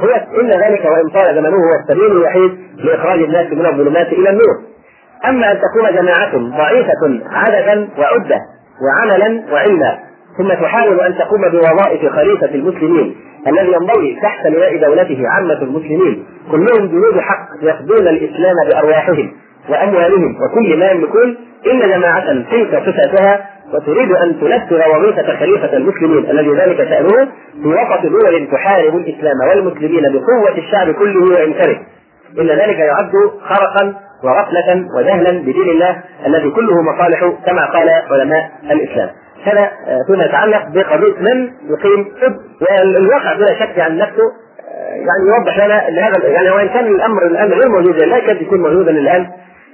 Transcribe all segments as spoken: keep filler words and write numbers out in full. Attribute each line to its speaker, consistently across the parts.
Speaker 1: هو إن ذلك وإن طال زمنه هو السبيل الوحيد لإخراج الناس من الظلمات إلى النور. أما أن تكون جماعة ضعيفة عددا وعدة وعملا وعلما ثم تحاول أن تقوم بوظائف خليفة المسلمين الذي ينضوي تحت لواء دولته عامة المسلمين كلهم جنود حق يفدون الإسلام بأرواحهم وأموالهم وكل ما يملكون، إن جماعة تلك صفاتها وتريد أن تنفذ وظيفة خليفة المسلمين الذي ذلك شأنه في وسط دول تحارب الإسلام والمسلمين بقوة الشعب كله وإن كره، إن ذلك يعد خرقا وغفلة وجهلا بدين الله الذي كله مصالح كما قال علماء الإسلام. هذا فيما يتعلق بقضية من يقيم حب، والواقع بلا شك عن نفسه يعني يوضح لنا ان هذا يعني وان كان الامر الان غير موجود لا يكاد يكون موجودا الان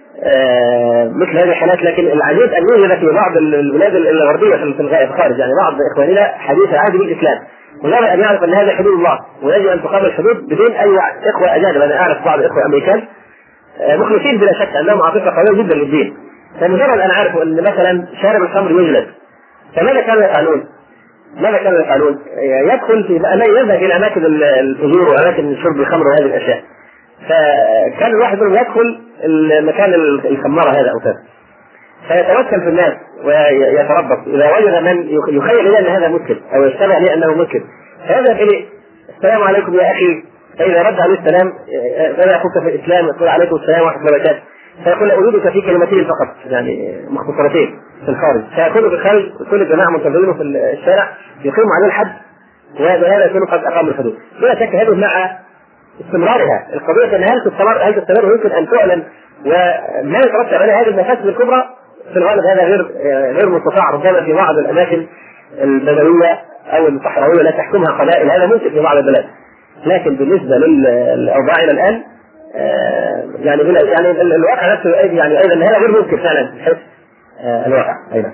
Speaker 1: مثل هذه الحالات، لكن العجيب ان يوجد في بعض البلاد الغربيه في الخارج يعني بعض اخواننا حديث عهد بالاسلام ويرى ان يعرف ان هذا حدود الله ويجب ان تقام الحدود بدون اي وعي. اخوه اجانب، انا اعرف بعض الاخوه الامريكان مخلصين بلا شك انهم عاطفه قويه جدا للدين، فمجرد ان عرفوا ان مثلا شارب الخمر يجلد فماذا كانوا يفعلون؟ ماذا كانوا يفعلون؟ يدخل في يذهب الى اماكن الفجور واماكن شرب الخمر وهذه الاشياء، فكان الواحد منهم يدخل المكان الخماره هذا او كذا فيتوكل في الناس ويتربص اذا وجد من يخيل اليه ان هذا مسلم او يشتبه اليه انه مسلم فيذهب اليه السلام عليكم يا اخي، فاذا رد عليه السلام فلا اخوك في الاسلام يقول عليكم السلام ورحمه الله وبركاته، فيقول اريدك في كلمتين فقط يعني مختصرتين في الخارج، فيكون في الخارج كل الجماعه منتظرينه في الشارع يقيموا عليه الحد وهذا يكون قد اقام الحدود. بلا شك هذه مع استمرارها القضيه ان هل تستمر هل تستمر ويمكن ان تعلن وما يترتب عليها هذه المفاسد الكبرى في الغالب هذا غير غير مستطاع ربما في بعض الاماكن البدويه او الصحراويه لا تحكمها قبائل، هذا ممكن في بعض البلاد، لكن بالنسبه للاوضاع الى الان يعني يعني الواقع نفسه يعني ايضا هذا غير ممكن فعلا في حيث الواقع ايضا.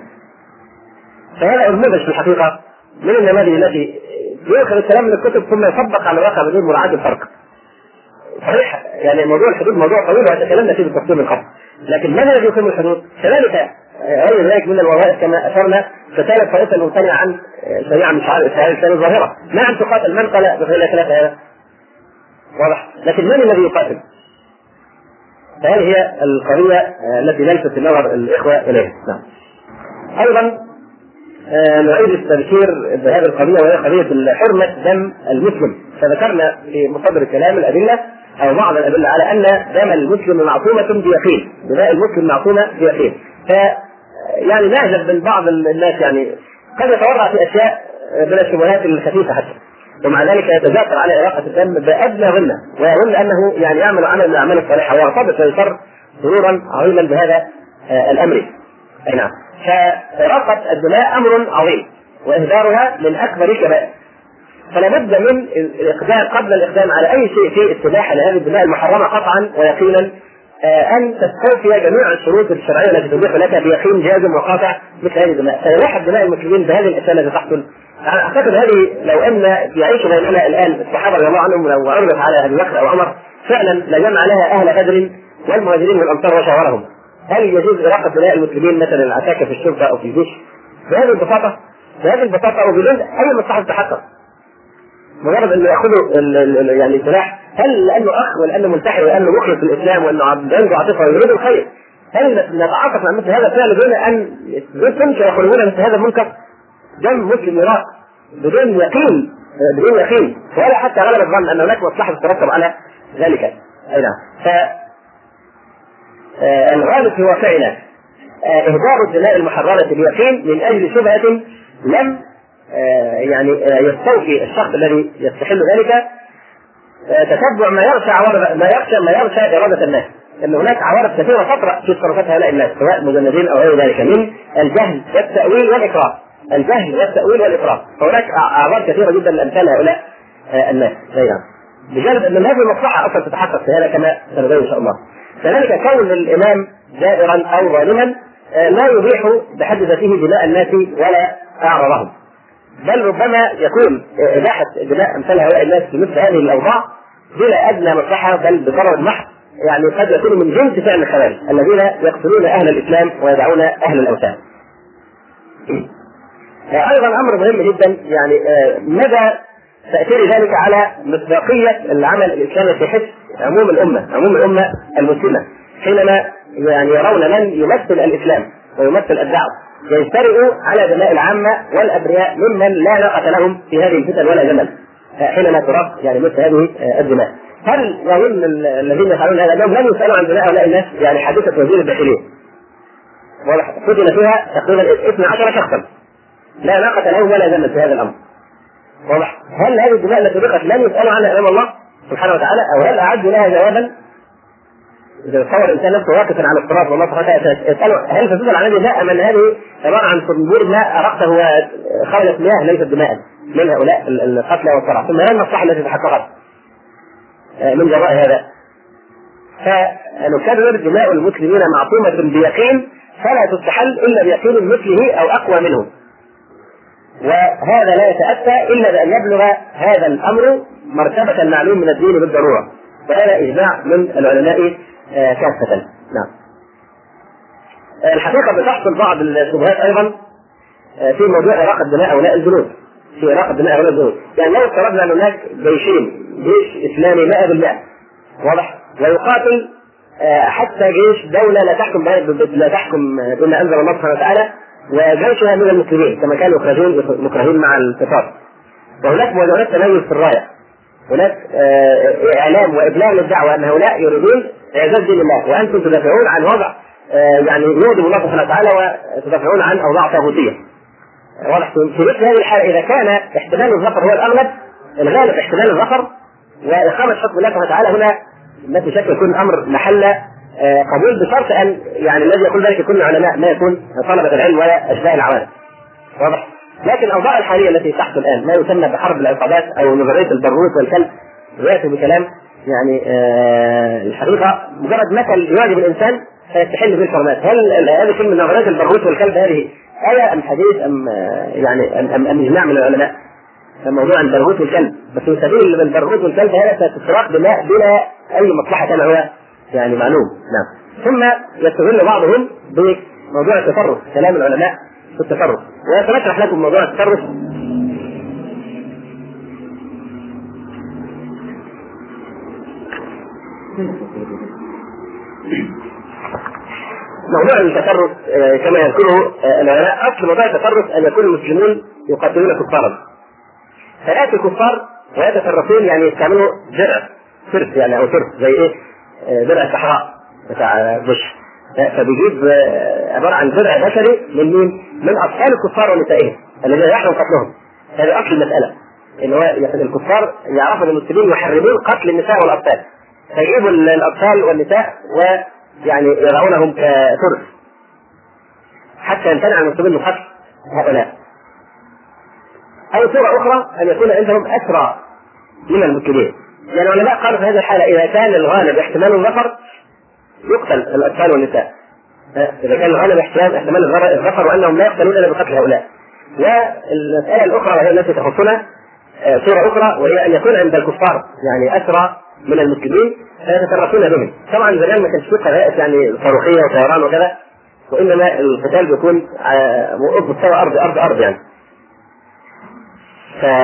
Speaker 1: فهذا نموذج في الحقيقه من النماذج التي يؤخذ الكلام من الكتب ثم يطبق على الواقع بدون مراعاه الفرق. صحيح يعني موضوع الحدود موضوع طويل وتكلمنا فيه بالتفصيل من قبل، لكن ماذا الذي يقيم الحدود؟ كذلك غير ذلك من الوظائف كما اشرنا فكانت طائفه ممتنعه عن شريعه من شعائر الاسلام الاسلامي الظاهره، ما ان تقاتل من قال بغير خلاف هذا واضح، لكن من الذي يقاتل؟ فهذه هي القضيه التي نلفت نظر الاخوه اليها. نعم. ايضا نعيد التذكير بهذه القضيه وهي قضيه حرمه دم المسلم، فذكرنا في مصدر الكلام الادله او بعض الادله على ان دم المسلم معصومه بيقين، دماء المسلم معصومه بيقين. ف يعني نعجب من بعض الناس يعني قد يتورع في اشياء من الشبهات الخفيفه حتى ومع ذلك يتجاسر على إراقة الدم بأدنى ظنه ويظن أنه يعني يعمل عمل من الأعمال الصالحة ويرتبط ويسر سرورا عظيما بهذا آه الأمر. أي نعم. فإراقة الدماء أمر عظيم وإهدارها من أكبر الكبائر، فلا بد من الإقدام قبل الإقدام على أي شيء في استباحة لهذه الدماء المحرمة قطعا ويقينا آه أن تستوفي جميع الشروط الشرعية التي تبيح لك بيقين جازم وقاطع مثل هذه الدماء. فإباحة دماء المسلمين بهذه الأشياء التي تحصل أعتقد هذه لو أن يعيش بيننا الآن الصحابة رضي الله عنهم لو عرضت على أبي بكر أو عمر فعلا لجمع لها أهل بدر والمهاجرين والأنصار وشاورهم هل يجوز إراقة دماء المسلمين مثلا العساكر في الشرطة أو في الجيش بهذه البساطة بهذه البساطة وبدون أي مصلحة تتحقق، مجرد أن يأخذوا يعني السلاح هل لأنه أخ ولأنه ملتحي ولأنه مخلص في الإسلام وأنه عنده عاطفة ويريد الخير، هل نتعاطف مع مثل هذا الفعل دون أن يتنشر يخرجون مثل هذا المنكر؟ دم مسلم يراق بدون يقين بدون يقين ولا حتى غلب الظن ان هناك مصلحه تترتب على ذلك. اي نعم. فالغالب في واقعنا اهدار الدماء المحرره باليقين من اجل شبهه لم يعني يستوفي الشخص الذي يستحل ذلك تتبع ما يغشى عوارض ما يغشى ما يغشى اراده الناس، ان هناك عوارض كثيره تطرا في تصرفات هؤلاء الناس سواء مجندين او غير ذلك من الجهل والتاويل والاكراه. الجهل والتأويل والإفراط، هناك أعراض كثيرة جدا لأمثال هؤلاء الناس. نعم. بجانب أن هذه المصلحة أصلا تتحقق في هذا كما سنبين إن شاء الله. كذلك كون الإمام جائرا أو ظالما لا يبيح بحد ذاته دماء الناس ولا أعراضهم، بل ربما يكون إباحة دماء أمثال هؤلاء الناس في مثل هذه الأوضاع بلا أدنى مصلحة بل بضرر محض، يعني قد يكون من جنس فعل الخوارج الذين يقتلون أهل الإسلام ويدعون أهل الأوثان. ايضا امر مهم جدا يعني مدى تأثير ذلك على مصداقية العمل الإسلامي في حفظ عموم الأمة، عموم الأمة المسلمة، حينما يعني يرون من يمثل الإسلام ويمثل الدعوة يجترئوا على دماء العامة والأبرياء ممن لا ناقة لهم في هذه الفتن ولا جمل حينما ترى يعني مثل هذه الدماء. هل يظن الذين يفعلون هذا انهم لم يسألوا عن دماء هؤلاء الناس؟ يعني حادثة وزير الداخلية قتل فيها تقريبا اثني عشر شخصا لا ناقة لهم ولا جمل في هذا الأمر. واضح؟ هل هذه الدماء التي بقت لم يسألوا عنها أمام الله سبحانه وتعالى، أو هل أعدوا لها جوابا؟ إذا تصور الإنسان نفسه واقفا على الصراط والله سبحانه وتعالى يسأله هل تسأل عن هذه؟ لا، أم أن هذه عبارة عن صنبور ماء أرقته وخرجت مياه ليست دماء من هؤلاء القتلى والصرع، ثم ما المصلحة التي تحققت من جراء هذا؟ فنكرر دماء المسلمين معصومة بيقين فلا تستحل إلا بيقين مثله أو أقوى منه، وهذا لا يتأتى إلا بأن يبلغ هذا الأمر مرتبة المعلوم من الدين بالضرورة، وهذا إجماع من العلماء كافة. نعم. الحقيقة بتحصل بعض الشبهات أيضا في موضوع إراقة دماء هؤلاء الجنود، في إراقة دماء هؤلاء الجنود، يعني لو افترضنا أن هناك جيشين، جيش إسلامي مئة بالمئة واضح، ويقاتل حتى جيش دولة لا تحكم لا تحكم بما أنزل الله سبحانه وتعالى وجيشها من المسلمين كما كانوا مكرهين مكرهين مع القتال، وهناك هناك تميز في الراية، هناك إعلام وإبلاغ للدعوة أن هؤلاء يريدون إعزاز دين الله وأنتم تدافعون عن وضع يعني يغضب الله سبحانه وتعالى وتدافعون عن أوضاع طاغوتية. واضح؟ في مثل هذه الحالة إذا كان احتمال الظفر هو الأغلب، الغالب احتمال الظفر وإقامة حكم الله سبحانه وتعالى، هنا ما في شك يكون الأمر محل قبول، بشرط أن يعني الذي يقول ذلك يكون العلماء ما يكون طلبة العلم ولا أشباه العوام. واضح؟ لكن الأوضاع الحالية التي تحصل الآن ما يسمى بحرب العصابات أو نظرية البرغوث والكلب يأتي بكلام يعني آه الحقيقة مجرد مثل يواجه الإنسان فيستحل به الحرمات. هل هذه كلمة نظرية البرغوث والكلب هذه آية أم حديث أم آه يعني أم, أم, أم إجماع من العلماء؟ موضوع البرغوث والكلب بس في سبيل البرغوث والكلب هذا تستراق دماء بلا أي مصلحة كما هو يعني معلوم. نعم. ثم يستغل بعضهم بموضوع التطرف، كلام العلماء في التطرف، وسنشرح لكم موضوع التطرف. موضوع التطرف كما يذكره العلماء، اصل موضوع التطرف ان يكون المسلمون يقاتلون كفارا، فياتي الكفار ويتطرفون يعني يستعملوا درع سرف يعني او سرف زي ايه درع الصحراء بتاع بوش، فبيجيب عبارة عن درع بشري من مين؟ من أطفال الكفار ونسائهم الذين يحرم قتلهم. هذه أصل المسألة، إن هو الكفار يعرفوا المسلمين يحرمون قتل النساء والأطفال، فيجيبوا الأطفال والنساء ويعني يضعونهم كترس حتى يمتنع المسلمين من قتل هؤلاء. أو صورة أخرى أن يكون عندهم أسرى من المسلمين. يعني العلماء قالوا في هذه الحالة إذا كان الغالب احتمال الظفر يقتل الأطفال والنساء، إذا كان الغالب احتمال احتمال الظفر وأنهم لا يقتلون إلا بقتل هؤلاء. والمسألة الأخرى وهي التي تخصنا صورة أخرى، وهي أن يكون عند الكفار يعني أسرى من المسلمين فيتطرفون بهم. طبعا زمان ما كانش في قذائف يعني صاروخية وطيران وكذا، وإنما القتال بيكون مستوى أرض أرض أرض يعني. ف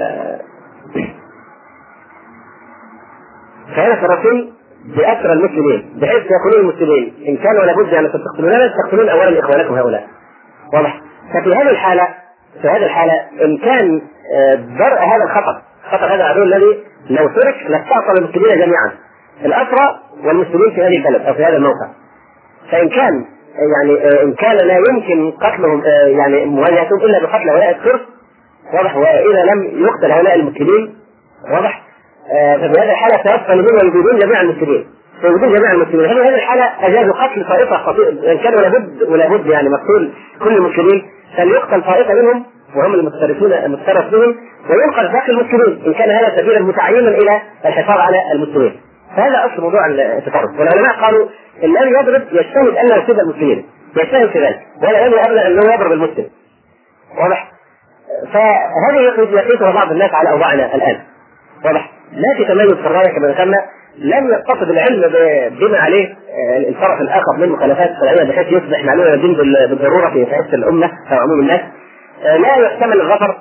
Speaker 1: فهذا تركون بأسرى المسلمين بحيث يقولون المسلمين إن كانوا لابد أن تقتلون لا تقتلون أولا إخوانكم هؤلاء. واضح؟ ففي هذه الحالة في هذه الحالة إن كان درء هذا الخطر خطر هذا العدو الذي لو ترك لاستأصل المسلمين جميعا الأسرى والمسلمين في هذه البلد أو في هذا الموقع، فإن كان يعني إن كان لا يمكن قتلهم يعني مواجهتهم إلا بقتل هؤلاء الترك، واضح، وإذا لم يقتل هؤلاء المسلمين، واضح، ففي هذه الحالة سيبقى ويجوزون جميع المسلمين ويجوزون جميع المسلمين. في هذه الحالة أجازوا قتل طائفة خطيئة إن كانوا لابد ولابد يعني مقتول كل المسلمين، فليقتل طائفة منهم وهم المتطرفون المتطرف بهم وينقل باقي المسلمين إن كان هذا سبيلا متعينا إلى الحفاظ على المسلمين. فهذا أصل موضوع التطرف. والعلماء قالوا الذي يضرب يجتهد أن يصيب المسلمين، يجتهد في ذلك، ولا يجب أبدا أنه يضرب المسلم. واضح؟ فهذه يقيسها بعض الناس على أوضاعنا الآن. واضح؟ لا في تميز في الراية كما ذكرنا، لم يقتصد العلم بما عليه الطرف الآخر من مخالفات شرعية بحيث يصبح معلومة الدين بالضرورة في حياة الأمة أو عموم الناس. لا يحتمل الظفر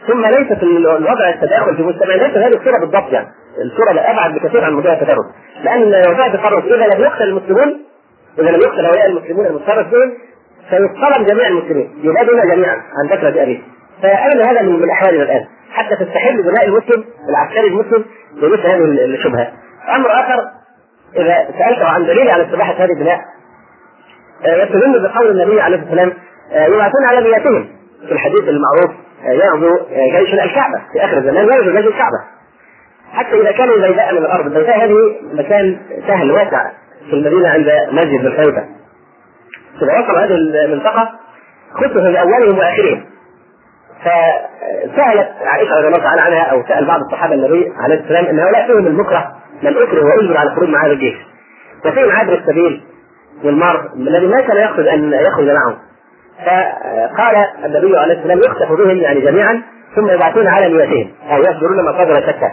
Speaker 1: ثم ليست الوضع التداخل في مجتمع، ليست هذه الصوره بالضبط، يعني الصوره لا ابعد بكثير عن موضوع التدرج، لان وضع التطرف اذا لم يقتل المسلمون، اذا لم يقتل هؤلاء المسلمون المتصرف بهم سيظلم جميع المسلمين، يبادون جميعا عن ذكرى ابيه. فاين هذا من احوالنا الان؟ حتى تستحل بناء المسلم العسكري المسلم بمثل هذه الشبهه. امر اخر، اذا سالته عن دليل على استباحه هذه البناء يستدل بقول النبي عليه الصلاه والسلام يبعثون على نياتهم في الحديث المعروف يغزو جيش الكعبه في اخر الزمان، يغزو جيش الكعبه حتى اذا كانوا بيداء من الارض. البيداء هذه مكان سهل واسع في المدينه عند مسجد الخيبه. اذا وصل هذه المنطقه خطف باولهم واخرهم. فسالت عائشه رضي الله تعالى عنها او سال بعض الصحابه النبي عليه السلام ان هؤلاء فيهم المكره من اكره واجبر على الخروج مع هذا الجيش، وفيهم عابر السبيل والمار الذي ما كان يقصد ان يخرج معهم. فقال النبي عليه السلام يخسف بهم يعني جميعا ثم يبعثون على نياتهم او يصدرون مصادر شتى.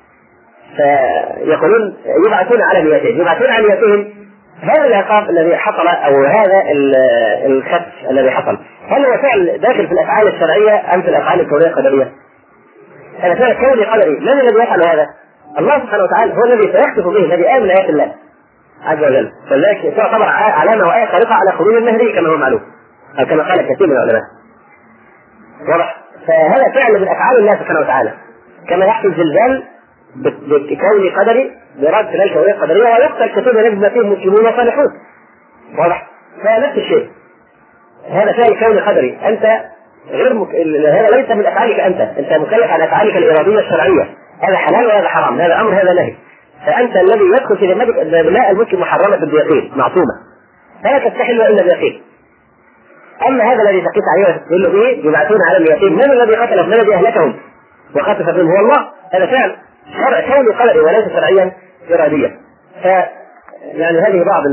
Speaker 1: فيقولون يبعثون على نياتهم، يبعثون على نياتهم. هذا العقاب الذي حصل او هذا الخسف الذي حصل هل هو فعل داخل في الافعال الشرعيه ام في الافعال الكونيه القدريه؟ هذا فعل كوني قدري. من الذي يفعل هذا؟ الله سبحانه وتعالى هو الذي سيخسف به، الذي امن ايات الله عز وجل. فلذلك تعتبر علامه وايه خارقه على خروج المهدي كما هو معلوم، أو كما قال كثير من العلماء. واضح؟ فهذا فعل من افعال الله سبحانه وتعالى، كما يحصل زلزال بكون قدري برد خلال كونيه قدريه ويقتل كثير من الناس فيهم مسلمون وصالحون. واضح؟ فنفس الشيء، هذا فعل كوني قدري. انت غير مك... هذا ليس من افعالك انت، انت مكلف على افعالك الاراديه الشرعيه، هذا حلال وهذا حرام، هذا امر هذا نهي. فانت الذي يدخل في ذمتك دماء المسلم محرمه باليقين معصومه، فلا تستحل الا بيقين. اما هذا الذي سكت عليه وتستدل به يبعثون على اليقين، من الذي قتلهم؟ من الذي اهلكهم وخسف بهم؟ هو الله. هذا فعل شرع كوني قدري وليس شرعيا اراديا. ف يعني هذه بعض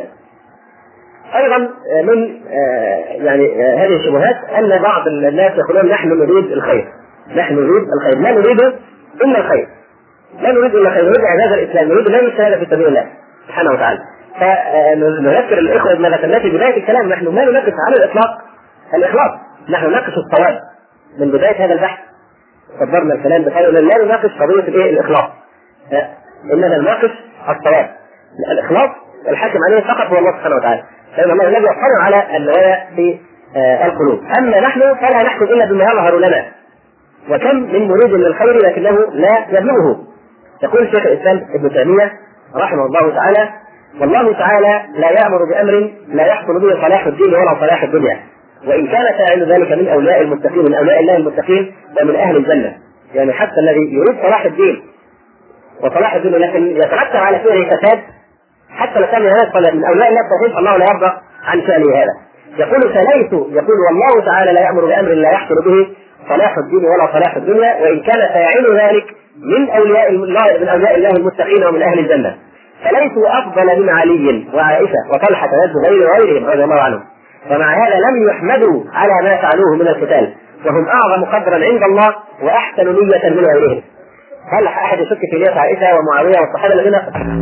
Speaker 1: ايضا من يعني هذه الشبهات ان بعض الناس يقولون نحن نريد الخير، نحن نريد الخير، لا نريد الا الخير، لا نريد الا الخير، نريد اعزاز الاسلام، نريد لا الشهاده في سبيل الله سبحانه وتعالى. فنذكر الاخوه بما ذكرناه في بدايه الكلام، نحن ما نناقش على الاطلاق الاخلاص، نحن نناقش الصواب من بدايه هذا البحث. قدرنا الكلام بحيث لا نناقش قضيه الايه الاخلاص، اننا نناقش الصواب. الاخلاص الحاكم عليه فقط هو الله سبحانه وتعالى، لان الله الذي يطلع على النوايا في القلوب. اما نحن فلا نحكم الا بما يظهر لنا، وكم من مريد للخير لكنه لا يبلغه. يقول شيخ الاسلام ابن تيميه رحمه الله تعالى: والله تعالى لا يأمر بأمر لا يحصل به صلاح الدين ولا صلاح الدنيا، وإن كان فاعل ذلك من أولياء المتقين، من أولياء الله المتقين ومن أهل الجنة. يعني حتى الذي يريد صلاح الدين وصلاح الدنيا لكن يترتب على فعله فساد، حتى لو كان هذا من أولياء الله التوحيد الله لا يرضى عن فعله هذا. يقول فليس يقول والله تعالى لا يأمر بأمر لا يحصل به صلاح الدين ولا صلاح الدنيا، وإن كان فاعل ذلك من أولياء الله من أولياء الله المتقين ومن أهل الجنة، فليسوا أفضل من علي وعائشة وطلحة والزبير وغيرهم رضي الله عنهم. ومع هذا لم يحمدوا على ما فعلوه من القتال، وهم أعظم قدرا عند الله وأحسن نية من غيرهم. هل أحد يشك في نية عائشة ومعاوية والصحابة الذين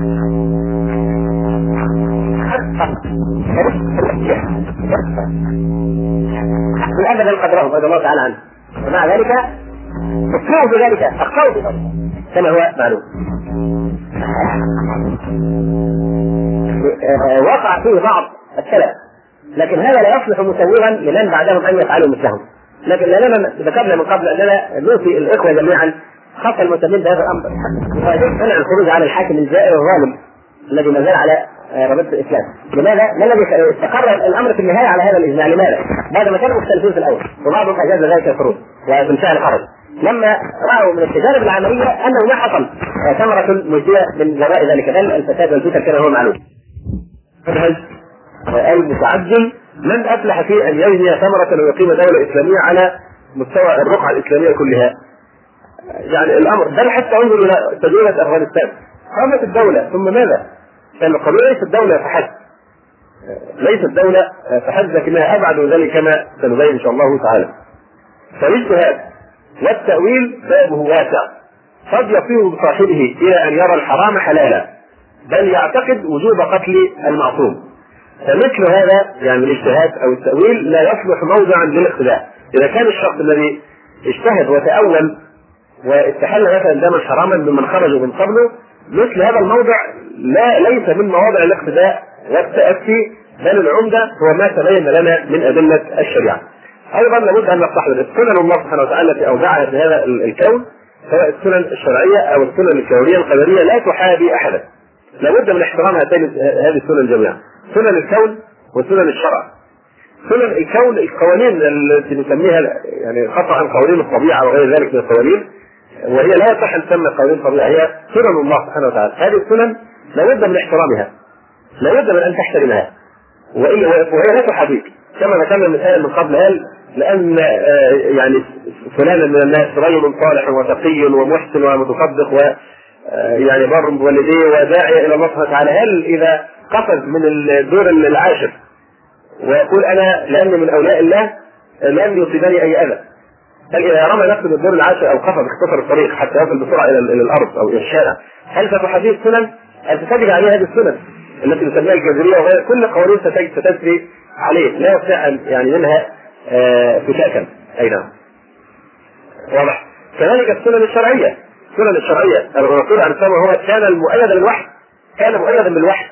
Speaker 1: من أبدا قدرهم رضي الله تعالى عنه، ومع ذلك اخطأوا بذلك، اخطأوا بذلك كما هو معلوم. وقع فيه بعض السلف، لكن هذا لا يصلح مسوغا لمن بعدهم ان يفعلوا مثلهم. لكن لاننا ذكرنا من قبل اننا نوصي الاخوه جميعا خاصه المسلمين بهذا الامر منع الخروج على الحاكم الجائر الظالم الذي ما زال على رابطه الاسلام. لماذا؟ ما الذي استقر الامر في النهايه على هذا الاجماع؟ لماذا؟ بعد ما كانوا مختلفين في الاول وبعضهم اجاز ذلك الخروج وبالفعل خرج، لما راوا من التجارب العمليه انه ما حصل ثمره مجديه من جراء ذلك، بل الفساد والفتن كما هو معلوم. المتعجل من افلح في ان يجني ثمره ويقيم دوله اسلاميه على مستوى الرقعه الاسلاميه كلها. يعني الامر بل حتى انظر الى تجربه افغانستان، قامت الدوله ثم ماذا؟ لان القضيه ليست دوله فحسب، ليست دوله فحسب لكنها ابعد من ذلك كما سنبين ان شاء الله تعالى. فالاجتهاد والتاويل بابه واسع، قد يصير بصاحبه الى ان يرى الحرام حلالا بل يعتقد وجوب قتل المعصوم. فمثل هذا يعني الاجتهاد او التاويل لا يصلح موضعا للاقتداء. اذا كان الشخص الذي اجتهد وتأول واستحل مثلا دما حراما ممن خرجوا من قبله، مثل هذا الموضع لا ليس من مواضع الاقتداء والتأسي، بل العمدة هو ما تبين لنا من أدلة الشريعة. أيضا لابد أن نستحضر السنن الله سبحانه وتعالى التي أودعها في هذا الكون، سواء السنن الشرعية أو السنن الكونية القدرية لا تحابي أحدا. لابد من احترام هاتين هذه السنن جميعا، سنن الكون وسنن الشرع. سنن الكون القوانين التي نسميها يعني خطأ قوانين الطبيعة وغير ذلك من القوانين، وهي لا يصح ان تسمى قوانين طبيعية، هي سنن الله سبحانه وتعالى. هذه السنن لابد من احترامها، لابد من ان تحترمها، وهي لا تحابيك كما ذكرنا مثال من قبل، قال لان يعني فلانا من الناس رجل صالح وتقي ومحسن ومتصدق و يعني بر بوالديه وداعية الى الله سبحانه وتعالى، هل اذا قفز من الدور العاشر ويقول انا لاني من اولياء الله لن يصيبني اي اذى، هل اذا رمى نفسه من الدور العاشر او قفز اختصر الطريق حتى يصل بسرعه الى الارض او الى الشارع، هل ستحدث السنن؟ هل ستجري عليه هذه السنن التي نسميها الجاذبيه وغير كل قوانين ستجري عليه، لا يستطيع ان يعني منها فكاكا. اي نعم، واضح. كذلك السنن الشرعيه، السنن الشرعيه الرسول عليه الصلاه والسلام هو كان مؤيدا بالوحي، كان مؤيدا بالوحي،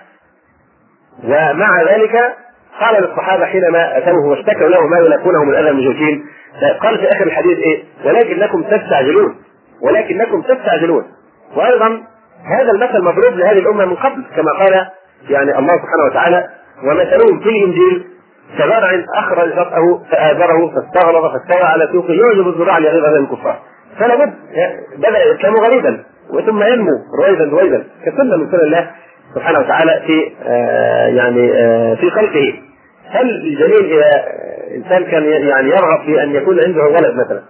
Speaker 1: ومع ذلك قال للصحابه حينما اتوه واشتكوا له ما يلاقونه من اذى المشركين، قال في اخر الحديث ايه؟ ولكنكم تستعجلون، ولكنكم تستعجلون. وايضا هذا المثل مضروب لهذه الامه من قبل، كما قال يعني الله سبحانه وتعالى: ومثلهم في الانجيل كزرع اخرج شطأه فآزره فاستغلظ فاستوى على سوقه يعجب الزراع ليغيظ بهم الكفار. فلا بد بدا الاسلام غريبا وثم ينمو رويدا رويدا كسنه من سنن الله سبحانه وتعالى في آه يعني آه في خلقه. هل الجميل اذا انسان كان يعني يرغب في ان يكون عنده ولد مثلا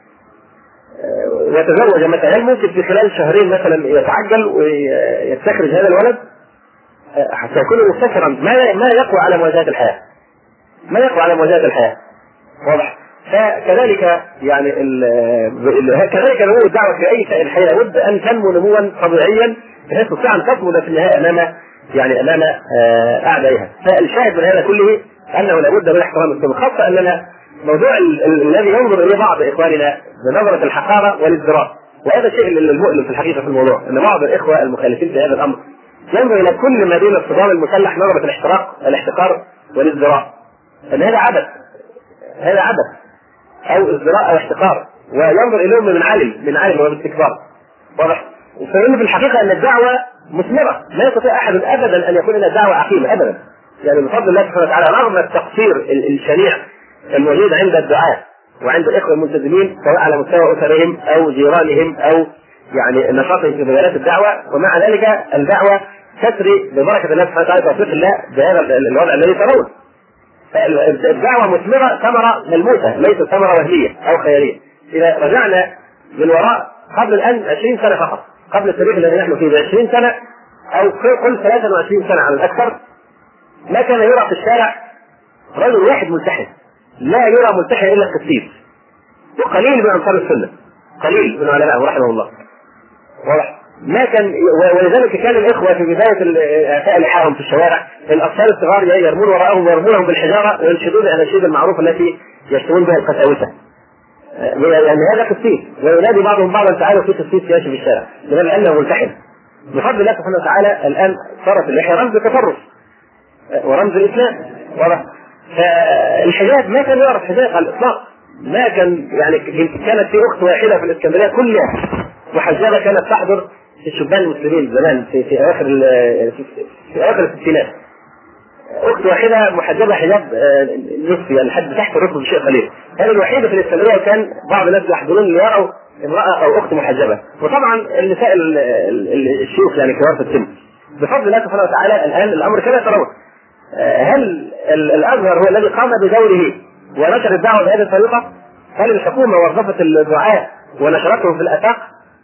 Speaker 1: آه ويتزوج مثلا، هل ممكن في خلال شهرين مثلا يتعجل ويستخرج هذا الولد؟ آه حتى يكون مستكرا ما ما يقوى على مواجهه الحياه، ما يقوى على مواجهه الحياه، واضح. فكذلك يعني كذلك نمو الدعوه في اي شيء الحياه لابد ان تنمو نموا طبيعيا بحيث تستطيع ان تصمد في النهايه امام يعني امام اعدائها. فالشاهد من هذا كله انه لابد من احترام السنه، خاصه اننا موضوع الذي ينظر اليه بعض اخواننا بنظره الحقاره والازدراء، وهذا الشيء المؤلم في الحقيقه في الموضوع، ان بعض الاخوه المخالفين في هذا الامر ينظر الى كل ما بين الصدام المسلح نظره الاحتراق الاحتقار والازدراء، ان هذا عبث، هذا عبث او ازدراء او احتقار، وينظر اليهم من علم من علم وباستكبار، واضح. فإن في الحقيقه ان الدعوه مثمره، لا يستطيع احد ابدا ان يكون لنا دعوه عقيمه ابدا، يعني بفضل الله سبحانه وتعالى رغم التقصير الشنيع الموجود عند الدعاة وعند الاخوه الملتزمين سواء على مستوى اسرهم او جيرانهم او يعني نشاطهم في مجالات الدعوه، ومع ذلك الدعوه تسري ببركه الله سبحانه وتعالى توفيق الله بهذا الوضع الذي ترون. الدعوة مثمرة ثمرة ملموسة ليست ثمرة وهمية أو خيالية. إذا رجعنا من وراء قبل الآن عشرين سنة فقط، قبل التاريخ الذي نحن فيه عشرين سنة أو قل ثلاثة وعشرين سنة على الأكثر، ما كان يرى في الشارع رجل واحد ملتحن، لا يرى ملتحن إلا القسيس وقليل من أنصار السنة، قليل من علماء رحمه الله، واضح. ما كان، ولذلك كان الاخوه في بدايه اعفاء لحاهم في الشوارع الاطفال الصغار يرمون وراءهم ويرمونهم بالحجاره وينشدون الاناشيد المعروفه التي يشتمون بها القساوسه، يعني هذا قسيس، وينادي بعضهم بعضا تعالوا في قسيس يمشي في الشارع لانه ملتحن. بفضل الله سبحانه وتعالى الان صارت اللحيه رمز التطرف ورمز الاسلام، واضح. فالحجاب ما كان يعرف حجاب على الاطلاق، ما كان يعني كانت في اخت واحده في الاسكندريه كلها محجبه كانت تحضر في الشبان المسلمين زمان في في اواخر في اواخر الستينات، اخت واحده محجبه حجاب نصفي يعني لحد تحت الركبه بشيء قليل، هذه الوحيده في الاسكندريه، وكان بعض الناس يحضرون ليروا امراه او اخت محجبه، وطبعا النساء الشيوخ يعني كبار في السن. بفضل الله سبحانه وتعالى الان الامر كما ترون. هل الازهر هو الذي قام بدوره ونشر الدعوه بهذه الطريقه؟ هل الحكومه وظفت الدعاة ونشرتهم في الافاق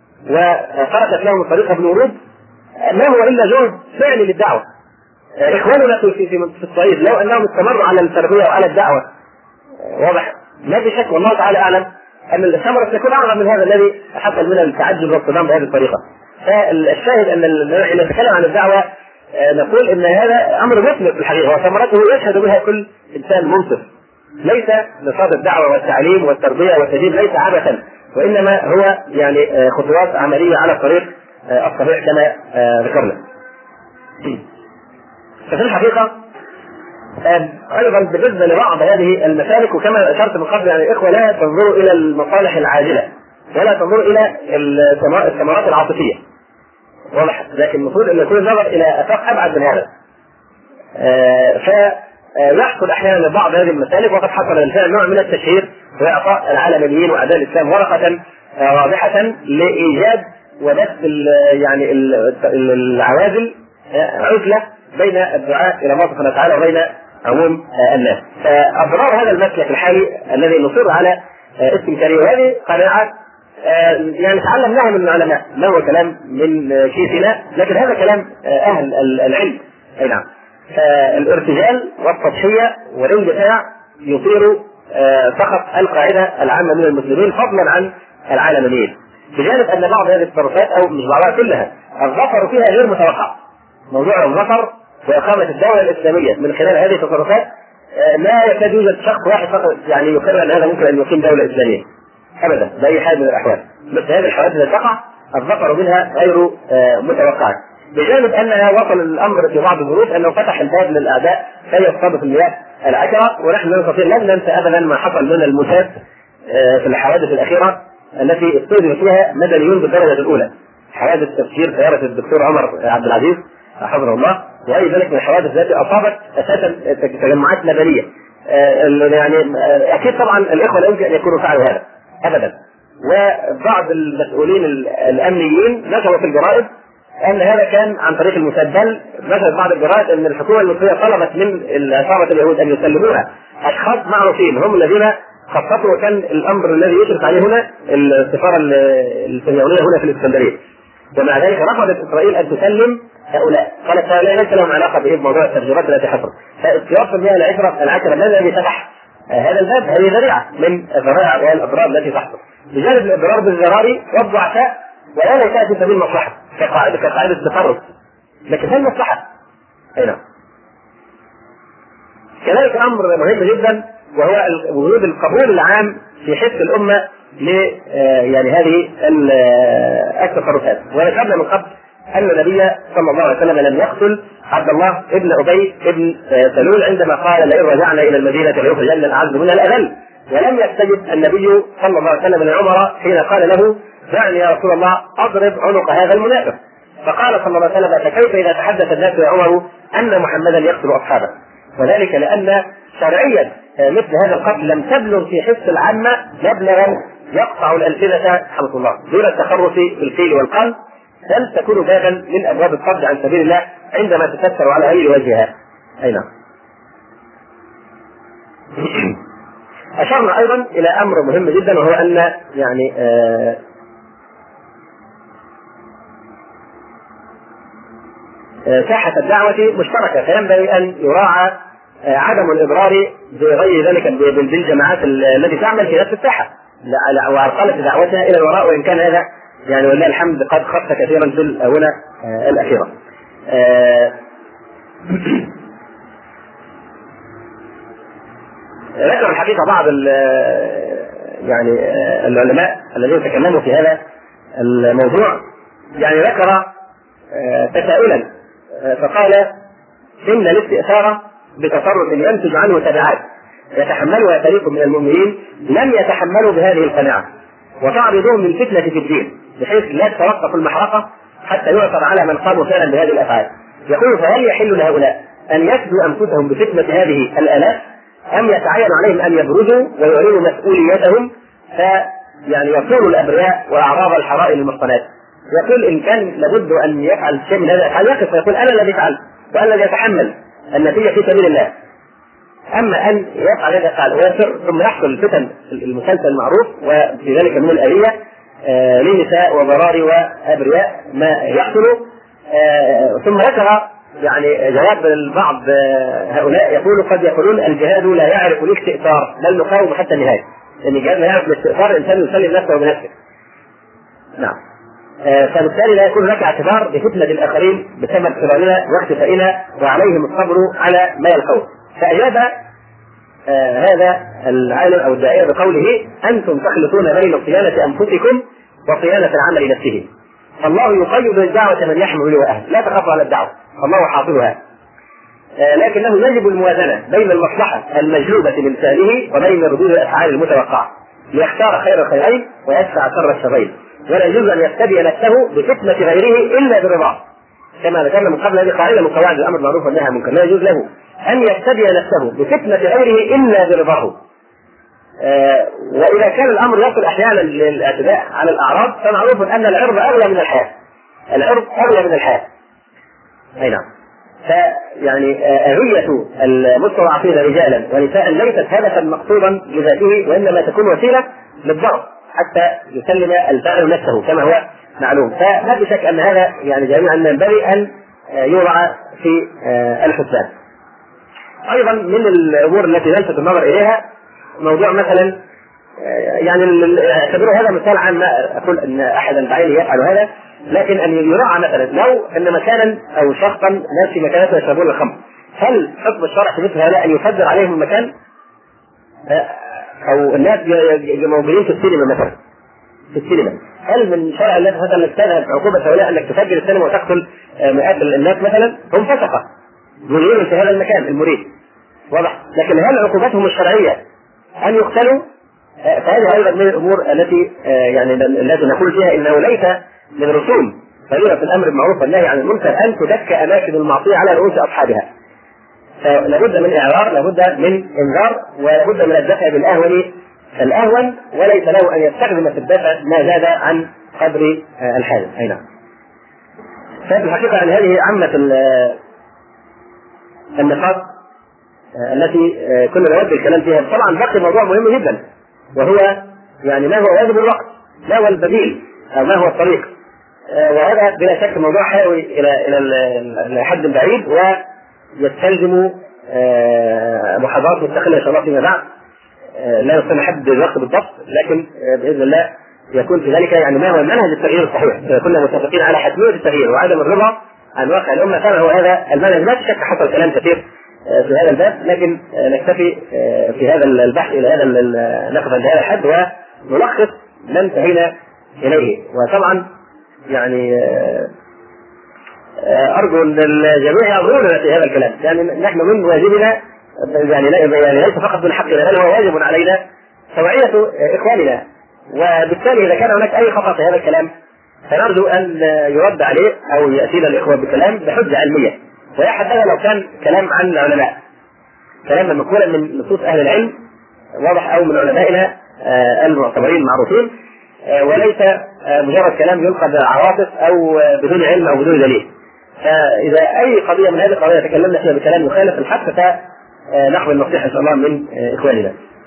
Speaker 1: وتركت لهم الطريقه بالورود؟ ما هو الا جهد فعلي للدعوه. اخواننا في في في الصعيد لو انهم استمروا على التربيه وعلى الدعوه، واضح ما في شك والله تعالى اعلم ان الثمره ستكون اعظم من هذا الذي حصل من التعجل والصدام بهذه الطريقه. فالشاهد ان اذا نتكلم عن الدعوه نقول ان هذا امر مثمر في الحقيقه وثمرته يشهد بها كل انسان منصف ليس نشاط الدعوة والتعليم والتربية والتدريب ليس عبثا، وإنما هو يعني خطوات عملية على الطريق الصحيح كما ذكرنا. ففي الحقيقة أيضا بالنسبة لبعض هذه المسالك، وكما أشرت من قبل يعني الإخوة لا تنظروا إلى المصالح العاجلة ولا تنظروا إلى الثمرات العاطفية، واضح، لكن المفروض أن يكون النظر إلى آفاق أبعد من هذا. فيحصل أحيانا لبعض هذه المسالك، وقد حصل بالفعل نوع من التشهير وإعطاء العالميين وأعداء الإسلام ورقة واضحة لإيجاد وبث يعني العوازل عزلة بين الدعاء إلى الله سبحانه وتعالى وبين عموم الناس. فأضرار هذا المسلك الحالي الذي نصر على استنكاره، وهذه قناعة يعني تعلمناها من العلماء، لا هو كلام من كيسنا، لكن هذا كلام أهل العلم. أي نعم. فالارتجال والتضحية والاندفاع يصير فقط القاعدة العامة من المسلمين فضلا عن العالميين، بجانب أن بعض هذه التصرفات أو مش بعضها كلها الظفر فيها غير متوقع. موضوع الظفر وإقامة الدولة الإسلامية من خلال هذه التصرفات لا يكاد يوجد شخص واحد فقط يعني يقرر أن هذا ممكن أن يقيم دولة إسلامية أبدا بأي حال من الأحوال. مثل هذه الحوادث التي تقع الظفر منها غير متوقع، بجانب أنها وصل الأمر في بعض الظروف أنه فتح الباب للأعداء كي يصطادوا في المياه العكرة. ونحن لا نستطيع لن ننسى أبدا ما حصل من المساس في الحوادث الأخيرة التي استخدم فيها مدنيون بالدرجة الأولى، حوادث تفجير سيارة الدكتور عمر عبد العزيز حفظه الله، وأي ذلك من الحوادث التي أصابت أساسا تجمعات مدنية. يعني أكيد طبعا الإخوة لا يمكن أن يكونوا فعلوا هذا أبدا. وبعض المسؤولين الأمنيين نشروا في الجرائد أن هذا كان عن طريق المسبل. نشرت بعض الجرائد أن الحكومة المصرية طلبت من عصابة اليهود أن يسلموها أشخاص معروفين هم الذين خططوا، وكان الأمر الذي يشرف عليه هنا السفارة الصهيونية هنا في الإسكندرية، ومع ذلك رفضت إسرائيل أن تسلم هؤلاء، قالت هؤلاء ليس لهم علاقة بموضوع التفجيرات التي حصلت. فاستياف المياه العكرة العكرة الذي فتح هذا الباب هذه ذريعة من الذرائع والأضرار التي تحصل، بجانب الإضرار بالذراري والضعفاء، ولا تأتي سبيل المصلحة كقاعدة كقاعدة التفرد، لكن هل المصلحة؟ أي نعم. كذلك أمر مهم جدا وهو وجود القبول العام في حس الأمة ل يعني هذه التصرفات. وذكرنا من قبل أن النبي صلى الله عليه وسلم لم يقتل عبد الله ابن أبي ابن سلول عندما قال لئن رجعنا إلى المدينة ليخرجن الأعز منها الأذل، ولم يستجب النبي صلى الله عليه وسلم لعمر حين قال له دعني يا رسول الله أضرب عنق هذا المنافق، فقال صلى الله عليه وسلم فكيف إذا تحدث الناس يا عمر أن محمدا يقتل أصحابه؟ وذلك لأن شرعيا مثل هذا القتل لم تبلغ في حس العامة مبلغا يقطع الألسنة حمد الله دون التخرص في القيل والقال، بل تكون بابا من أبواب الصد عن سبيل الله عندما تفسر على غير وجهها. أي نعم. أشرنا أيضا إلى أمر مهم جدا، وهو أن يعني آه ساحة الدعوة مشتركة، فينبغي أن يراعى عدم الإضرار بغير ذلك بالجماعات التي تعمل في نفس الساحة وعرقلة دعوتها إلى الوراء، وإن كان هذا يعني ولله الحمد قد خف كثيرا في الآونة الأخيرة. ذكر الحقيقة بعض يعني العلماء الذين تكلموا في هذا الموضوع، يعني ذكر تساؤلا فقال إن الاستئثار بتصرف ينتج عنه تبعات يتحملها فريق من المؤمنين لم يتحملوا بهذه القناعة، وتعرضهم للفتنة في الدين بحيث لا تتوقف المحرقة حتى يعثر على من قاموا فعلا بهذه الأفعال. يقول فهل يحل لهؤلاء أن يفدوا أنفسهم بفتنة هذه الآلاف، أم يتعين عليهم أن يبرزوا ويعلنوا مسؤوليتهم فيعني يصونوا الأبرياء وأعراض الحرائر المحصنات؟ يقول إن كان لابد أن يفعل شيء من هذا الأفعال يقف ويقول أنا الذي فعل وأنا الذي يتحمل النتيجة في سبيل الله. أما أن يفعل هذا الأفعال ويصر ثم يحصل الفتن المسلسل المعروف وفي ذلك من الآلية آه للنساء وضرار وأبرياء ما يحصل. آه ثم ذكر يعني جواب البعض آه هؤلاء يقول قد يقولون الجهاد لا يعرف الاستئثار بل نقاوم حتى النهاية، لأن الجهاد لا يعرف الاستئثار، الإنسان يسلم نفسه بنفسه. نعم. آه فبالتالي لا يكون لك اعتبار بفتنة الآخرين بسبب فرارنا واختفائنا وعليهم الصبر على ما يلقون. فأجاب آه هذا العالم او الداعية بقوله انتم تخلطون بين صيانة انفسكم وصيانة العمل نفسه. الله يقيد الدعوة من يحمل واهل، لا تخافوا على الدعوة الله حافظها، آه لكنه يجب الموازنة بين المصلحة المجلوبة من فعله وبين ردود الافعال المتوقعة ليختار خير الخيرين ويدفع شر الشرين، ولا يجوز ان يفتدي نفسه بفتنة غيره الا برضاه، كما ذكرنا من قبل هذه قاعدة من قواعد الامر بالمعروف والنهي عن المنكر، لا يجوز له ان يفتدي نفسه بفتنة غيره الا برضاه. آه واذا كان الامر يصل احيانا للاعتداء على الاعراض فمعروف ان العرض اغلى من الحياة، العرض اغلى من الحياة. اي نعم. فيعني أهوية المستضعفين رجالا ونساء ليست هدفا مقصودا لذاته، وانما تكون وسيله للضرب حتى يسلم الفاعل نفسه كما هو معلوم. فلا بشك ان هذا يعني جميعا ينبغي ان يوضع في الحسبان. ايضا من الامور التي نلفت النظر اليها موضوع مثلا يعني اعتبروا هذا مثال عن ما اقول ان احدا بعينه يفعل هذا، لكن ان يراعى مثلا لو ان مكانا او شخصا ناس في مكانات يشربون الخمر، هل حكم الشرع في مثل هذا ان يفجر عليهم المكان؟ او الناس موجودين في السينما مثلا، في السينما هل من شرع الله مثلا تذهب عقوبة هؤلاء انك تفجر السينما وتقتل مئات الناس مثلا؟ هم فسقة مريدين في هذا المكان المريد، واضح. لكن هل عقوبتهم الشرعية ان يقتلوا؟ فهذه ايضا من الامور التي يعني التي نقول فيها انه ليس من رسوم فريضة الامر بالمعروف والنهي عن المنكر ان تدك اماكن المعصية على رؤوس اصحابها. فلابد من اعرار، لابد من انذار، ولابد من الدفع بالاهون الاهون، وليس له ان يستخدم في الدفع ما زاد عن قدر الحاجة. اي نعم. ففي الحقيقة يعني هذه عامة النقاط التي كنا نود الكلام فيها. طبعا بقي موضوع مهم جدا، وهو يعني ما هو واجب الوقت، ما هو البديل او ما هو الطريق، وهذا بلا شك موضوع حيوي الى الى حد بعيد ويستلزم محاضرات مستقله ان شاء الله فيما بعد. لا يستطيع نحدد الوقت بالضبط، لكن باذن الله يكون في ذلك يعني ما هو منهج التغيير الصحيح. كنا متفقين على حتميه التغيير وعدم الرضا عن واقع الامه، كما هو هذا المنهج. لا شك حصل كلام كثير في هذا الباب، لكن نكتفي في هذا البحث الى هذا نقف عند هذا الحد ونلخص ما انتهينا اليه. وطبعا يعني ارجو ان الجميع ينظرون في هذا الكلام، يعني نحن من واجبنا يعني يعني ليس فقط من حقنا بل هو واجب علينا توعية اخواننا، وبالتالي اذا كان هناك اي خطأ في هذا الكلام فنرجو ان يرد عليه او ياتينا الاخوه بكلام بحجه علميه، ويا حبذا لو كان كلام عن العلماء، كلام منقولا من نصوص اهل العلم واضح او من علمائنا المعتبرين المعروفين، وليس مجرد كلام يلقى بعواطف او بدون علم او بدون دليل. فاذا اي قضيه من هذه القضايا تكلمنا فيها بكلام يخالف الحق فنحو النصيحه ان شاء الله من اخواننا.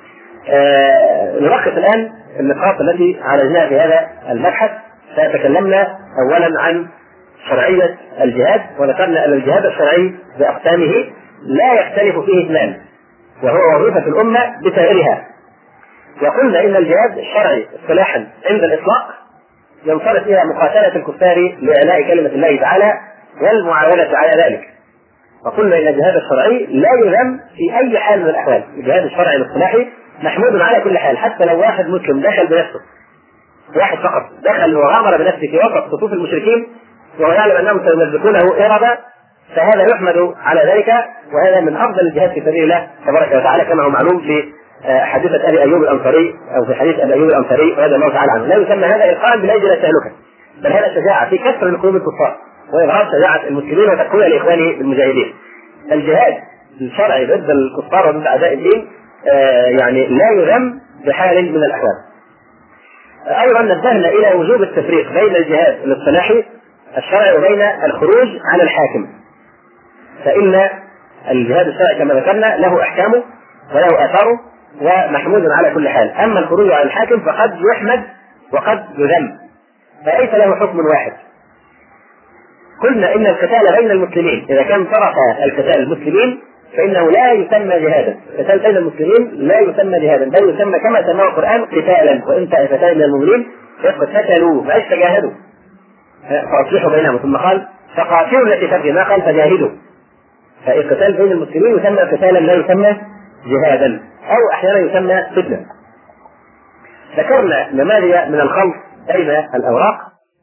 Speaker 1: نلخص الان النقاط التي عالجناها في هذا المبحث. فتكلمنا اولا عن شرعيه الجهاد، وذكرنا ان الجهاد الشرعي باقسامه لا يختلف فيه اثنان، وهو وظيفه الامه بسائرها. وقلنا ان الجهاد الشرعي اصطلاحا عند الاطلاق ينصرف الى مقاتله الكفار لاعلاء كلمه الله تعالى والمعاونه على ذلك. وقلنا ان الجهاد الشرعي لا يذم في اي حال من الاحوال. الجهاد الشرعي الاصطلاحي محمود على كل حال، حتى لو واحد مسلم دخل بنفسه، واحد فقط دخل وغامر بنفسه في وسط صفوف المشركين وهو يعلم انهم سيمزقونه اربا، فهذا يحمد على ذلك، وهذا من افضل الجهاد في سبيل الله تبارك وتعالى، كما هو معلوم في حادثه ابي ايوب الانصاري او في حديث ابي ايوب الانصاري رضي الله تعالى عنه. لا يسمى هذا القاء بالايدي لا تهلكا، بل هذا شجاعه في كسر لقلوب الكفار واظهار شجاعه المسلمين وتقويه لاخوانه المجاهدين. الجهاد الشرعي ضد الكفار وضد اعداء الدين يعني لا يذم بحال من الاحوال. ايضا نبهنا الى وجوب التفريق بين الجهاد الاصطلاحي الشرعي وبين الخروج على الحاكم، فان الجهاد الشرعي كما ذكرنا له احكامه وله اثاره ومحمود على كل حال، اما الخروج على الحاكم فقد يحمد وقد يذم، فليس له حكم واحد. قلنا ان القتال بين المسلمين اذا كان طرف القتال المسلمين فانه لا يسمى جهادا، القتال بين المسلمين لا يسمى جهادا، بل يسمى كما سماه القران قتالا، وان طائفتان من المؤمنين اقتتلوا ما تجاهدوا فاصلحوا بينهم، ثم قال فقاتلوا التي تبغي، ما قال فجاهدوا. فالقتال بين المسلمين يسمى قتالا لا يسمى جهادا أو أحيانا يسمى فتنة. ذكرنا نماذج من الخلط بين الأوراق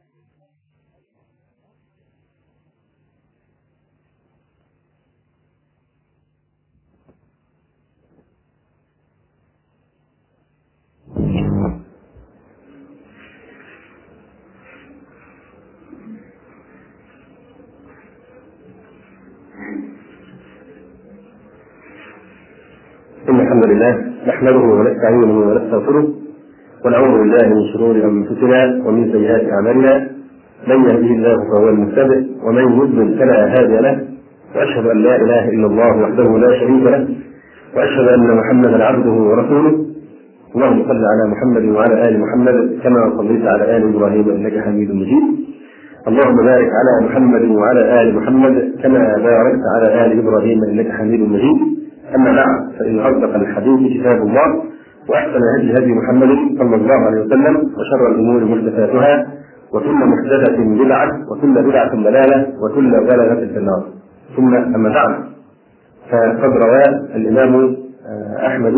Speaker 1: إن الحمد لله نحمده ونستعينه ونستغفره ونعوذ بالله من شرور أنفسنا ومن سيئات أعمالنا، من يهده الله فهو المهتدي ومن يضلل فلا هادي له، وأشهد أن لا إله إلا الله وحده لا شريك له، وأشهد أن محمدا عبده ورسوله. اللهم صل على محمد وعلى آل محمد كما صليت على آل إبراهيم إنك حميد مجيد. اللهم بارك على محمد وعلى آل محمد كما باركت على آل إبراهيم إنك حميد مجيد. أما بعد، فإن أصدق الحديث كتاب الله، وأحسن الهدي هدي محمد صلى الله عليه وسلم، وشر الأمور محدثاتها، وكل محدثة بدعة، وكل بدعة ضلالة، وكل ضلالة في النار. ثم أما بعد، فقد روى الإمام أحمد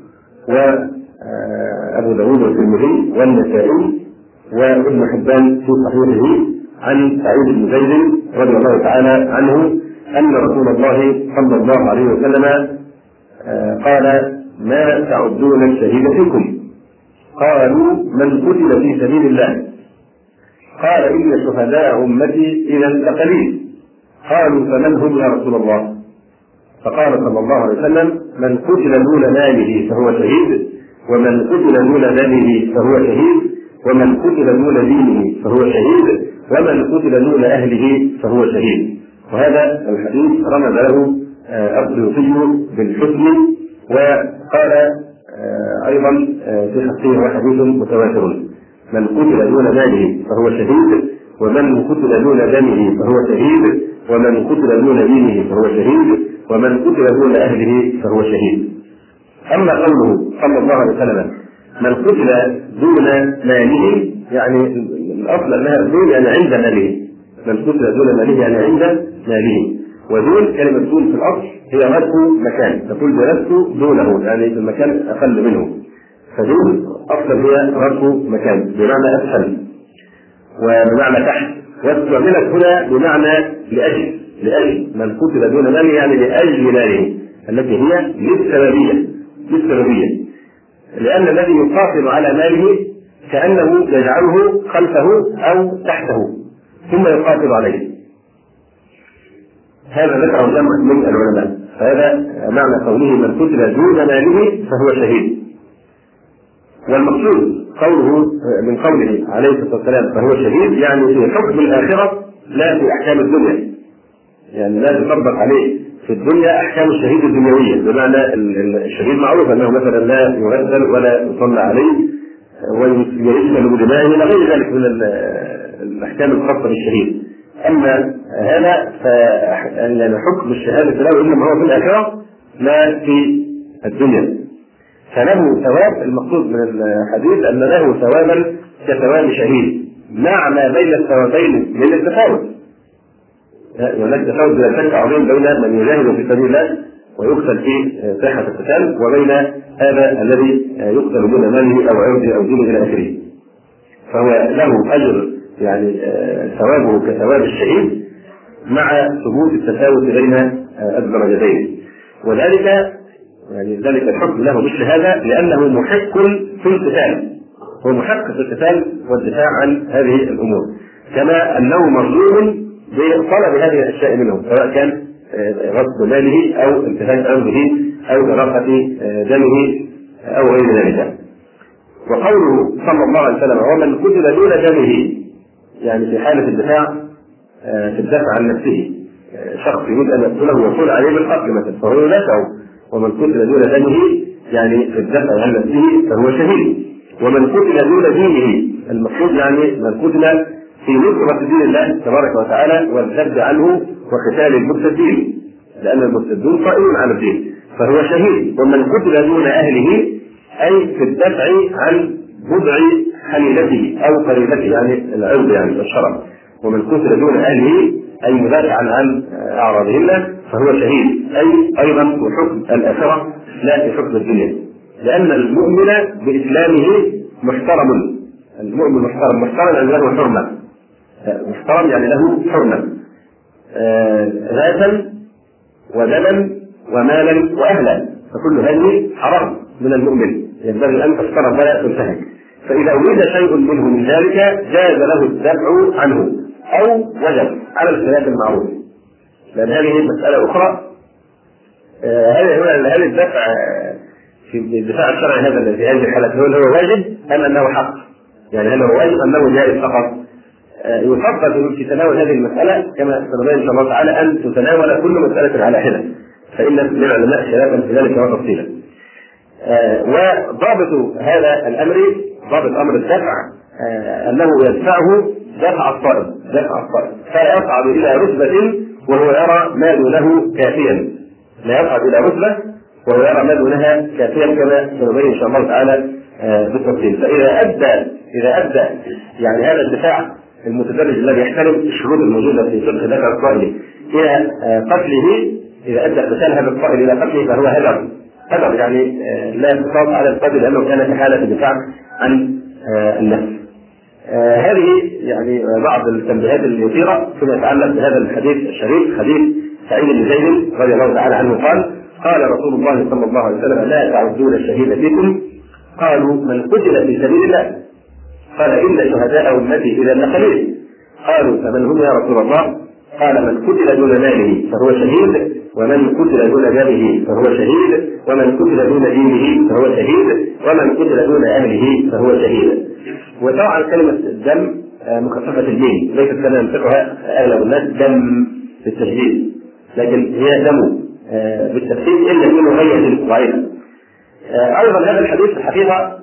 Speaker 1: وأبو داود والترمذي والنسائي وابن حبان في صحيحه عن سعيد بن زيد رضي الله تعالى عنه أن رسول الله صلى الله عليه وسلم قال: ما تعدون الشهيد فيكم؟ قالوا: من قتل في سبيل الله. قال: إن شهداء أمتي إذا لقليل. قالوا: فمن هم يا رسول الله؟ فقال صلى الله عليه وسلم: من قتل دون ماله فهو شهيد، ومن قتل دون ماله فهو شهيد، ومن قتل دون دينه فهو شهيد، ومن قتل دون أهله فهو شهيد. وهذا الحديث رمز له السيوطي بالحسن، وقال أيضا في حقه حديث متواتر: من قتل دون ماله فهو شهيد، ومن قتل دون دمه فهو شهيد، ومن قتل دون دينه فهو شهيد، ومن قتل دون أهله فهو شهيد. أما قوله صلى الله عليه وسلم: من قتل دون ماله، يعني الأصل أنها دون يعني عند ماله، من قتل دون ماله يعني عند ماله. ودون كلمة دون في الأصل هي رد مكان، تقول جلست دونه يعني في المكان أقل منه، فدون أصلا هي رد مكان بمعنى أسفل وبمعنى تحت، واستعملت هنا بمعنى لأجل لأجل من قتل دون ماله يعني لأجل ماله، التي هي للسببية للسببية لأن الذي يقاتل على ماله كأنه يجعله خلفه أو تحته ثم يقاتل عليه. هذا ذكره جمع من العلماء، فهذا معنى قوله: من قتل دون ماله فهو شهيد. والمقصود قوله من قوله عليه الصلاة والسلام فهو شهيد يعني في حكم الآخرة لا في أحكام الدنيا، يعني لا تطبق عليه في الدنيا أحكام الشهيد الدنيوية، بمعنى الشهيد معروف أنه مثلا لا يغسل ولا يصلى عليه ويشمل بدمائه إلى غير ذلك من الأحكام الخاصة بالشهيد. أما هذا فإن حكم الشهادة له إنما هو في الآخرة لا في الدنيا، فله ثواب. المقصود من الحديث أن له ثوابا كثواب شهيد، مع ما بين الثوابين من التفاوت. هناك تفاوت بلا شك عظيم بين من يجاهد في سبيل الله ويقتل في ساحة القتال، وبين هذا الذي يقتل دون ماله أو عرضه أو دينه إلى آخره، فهو له أجر يعني ثوابه كثواب الشهيد مع ثبوت التفاوت بين الدرجتين. وذلك يعني ذلك الحكم له بالشهادة لأنه محق في القتال، هو محق في القتال والدفاع عن هذه الأمور، كما أنه مظلوم بطلب هذه الأشياء منه، سواء كان غصب ماله أو انتهاك أرضه أو إراقة دمه أو غير ذلك. وقوله صلى الله عليه وسلم: ومن قتل دون دمه، يعني في حالة الدفاع في الدفع عن نفسه، شخص يريد أن يقتله ويقول عليه بالقتل مثلا فهو يدافعه. ومن قتل دون دمه يعني في الدفع عن نفسه فهو شهيد. ومن قتل دون دينه، المقصود يعني من قتل في نصرة دين الله تبارك وتعالى والذب عنه وقتال المرتدين، لأن المرتدون قائمون على الدين، فهو شهيد. ومن قتل دون أهله أي في الدفع عن بضع حليلته أو قريبته، يعني العرض يعني الشرع. ومن قتل دون أهله أي مدافعا عن أعراضهن فهو شهيد، أي أيضا حكم الآخرة
Speaker 2: لا في حكم الدنيا، لأن المؤمن بإسلامه محترم. المؤمن محترم، محترم يعني له حرمة، محترم يعني له حرمة ذاتا ودما ومالا وأهلا، فكل هذه حرام من المؤمن، ينبغي أن تحترم ولا تنتهك. فإذا وجد شيء منه من ذلك جاز له الدفع عنه أو وجب على الخلاف المعروف، لأن هذه مسألة أخرى. هل هل الدفع في الدفاع الشرعي هذا الذي في هذه الحالة هل هو واجب أم أنه حق؟ يعني هل هو واجب أم أنه جائز فقط؟ يفضل في تناول هذه المسألة كما سنبين إن شاء الله تعالى أن تتناول كل مسألة على حدة، فإن للعلماء خلافا في ذلك وتفصيلا. وضابط هذا الأمر، ضابط أمر الدفع أنه يدفعه دفع الطائب، دفع الطائب فلا يصعد إلى رتبة وهو يرى ما دونه كافيا، لا يصعد إلى رتبة وهو يرى ما دونها كافيا كما سنبين إن شاء الله تعالى بالتفصيل. فإذا أدى إذا أدى يعني هذا الدفاع المتدرج الذي يحترم الشروط الموجودة في فقه دفع الطائل إلى قتله، إذا أدى قتال هذا الطائل إلى قتله فهو هدر، هدر يعني لا يقتصر على القتل لأنه كان في حالة الدفاع عن النفس. هذه يعني بعض التنبيهات المثيرة فيما يتعلق بهذا الحديث الشريف، حديث سعيد بن زيد رضي الله تعالى عنه قال: قال رسول الله صلى الله عليه وسلم: لا تعدون الشهيد فيكم. قالوا: من قتل في سبيل الله؟ قال: إن شهداء أمتي إذا لقليل. قالوا: فمن هم يا رسول الله؟ قال: من قتل دون ماله فهو شهيد، ومن قتل دون ماله فهو شهيد، ومن قتل دون دينه فهو شهيد، ومن قتل دون أهله فهو شهيد. وطبعا كلمة الدم مخففة الدين، ليست كما ينطقها أغلب الناس دم بالتشديد، لكن هي دم بالتفسير إلا في مغير ضعيفة. أيضا هذا الحديث الحقيقة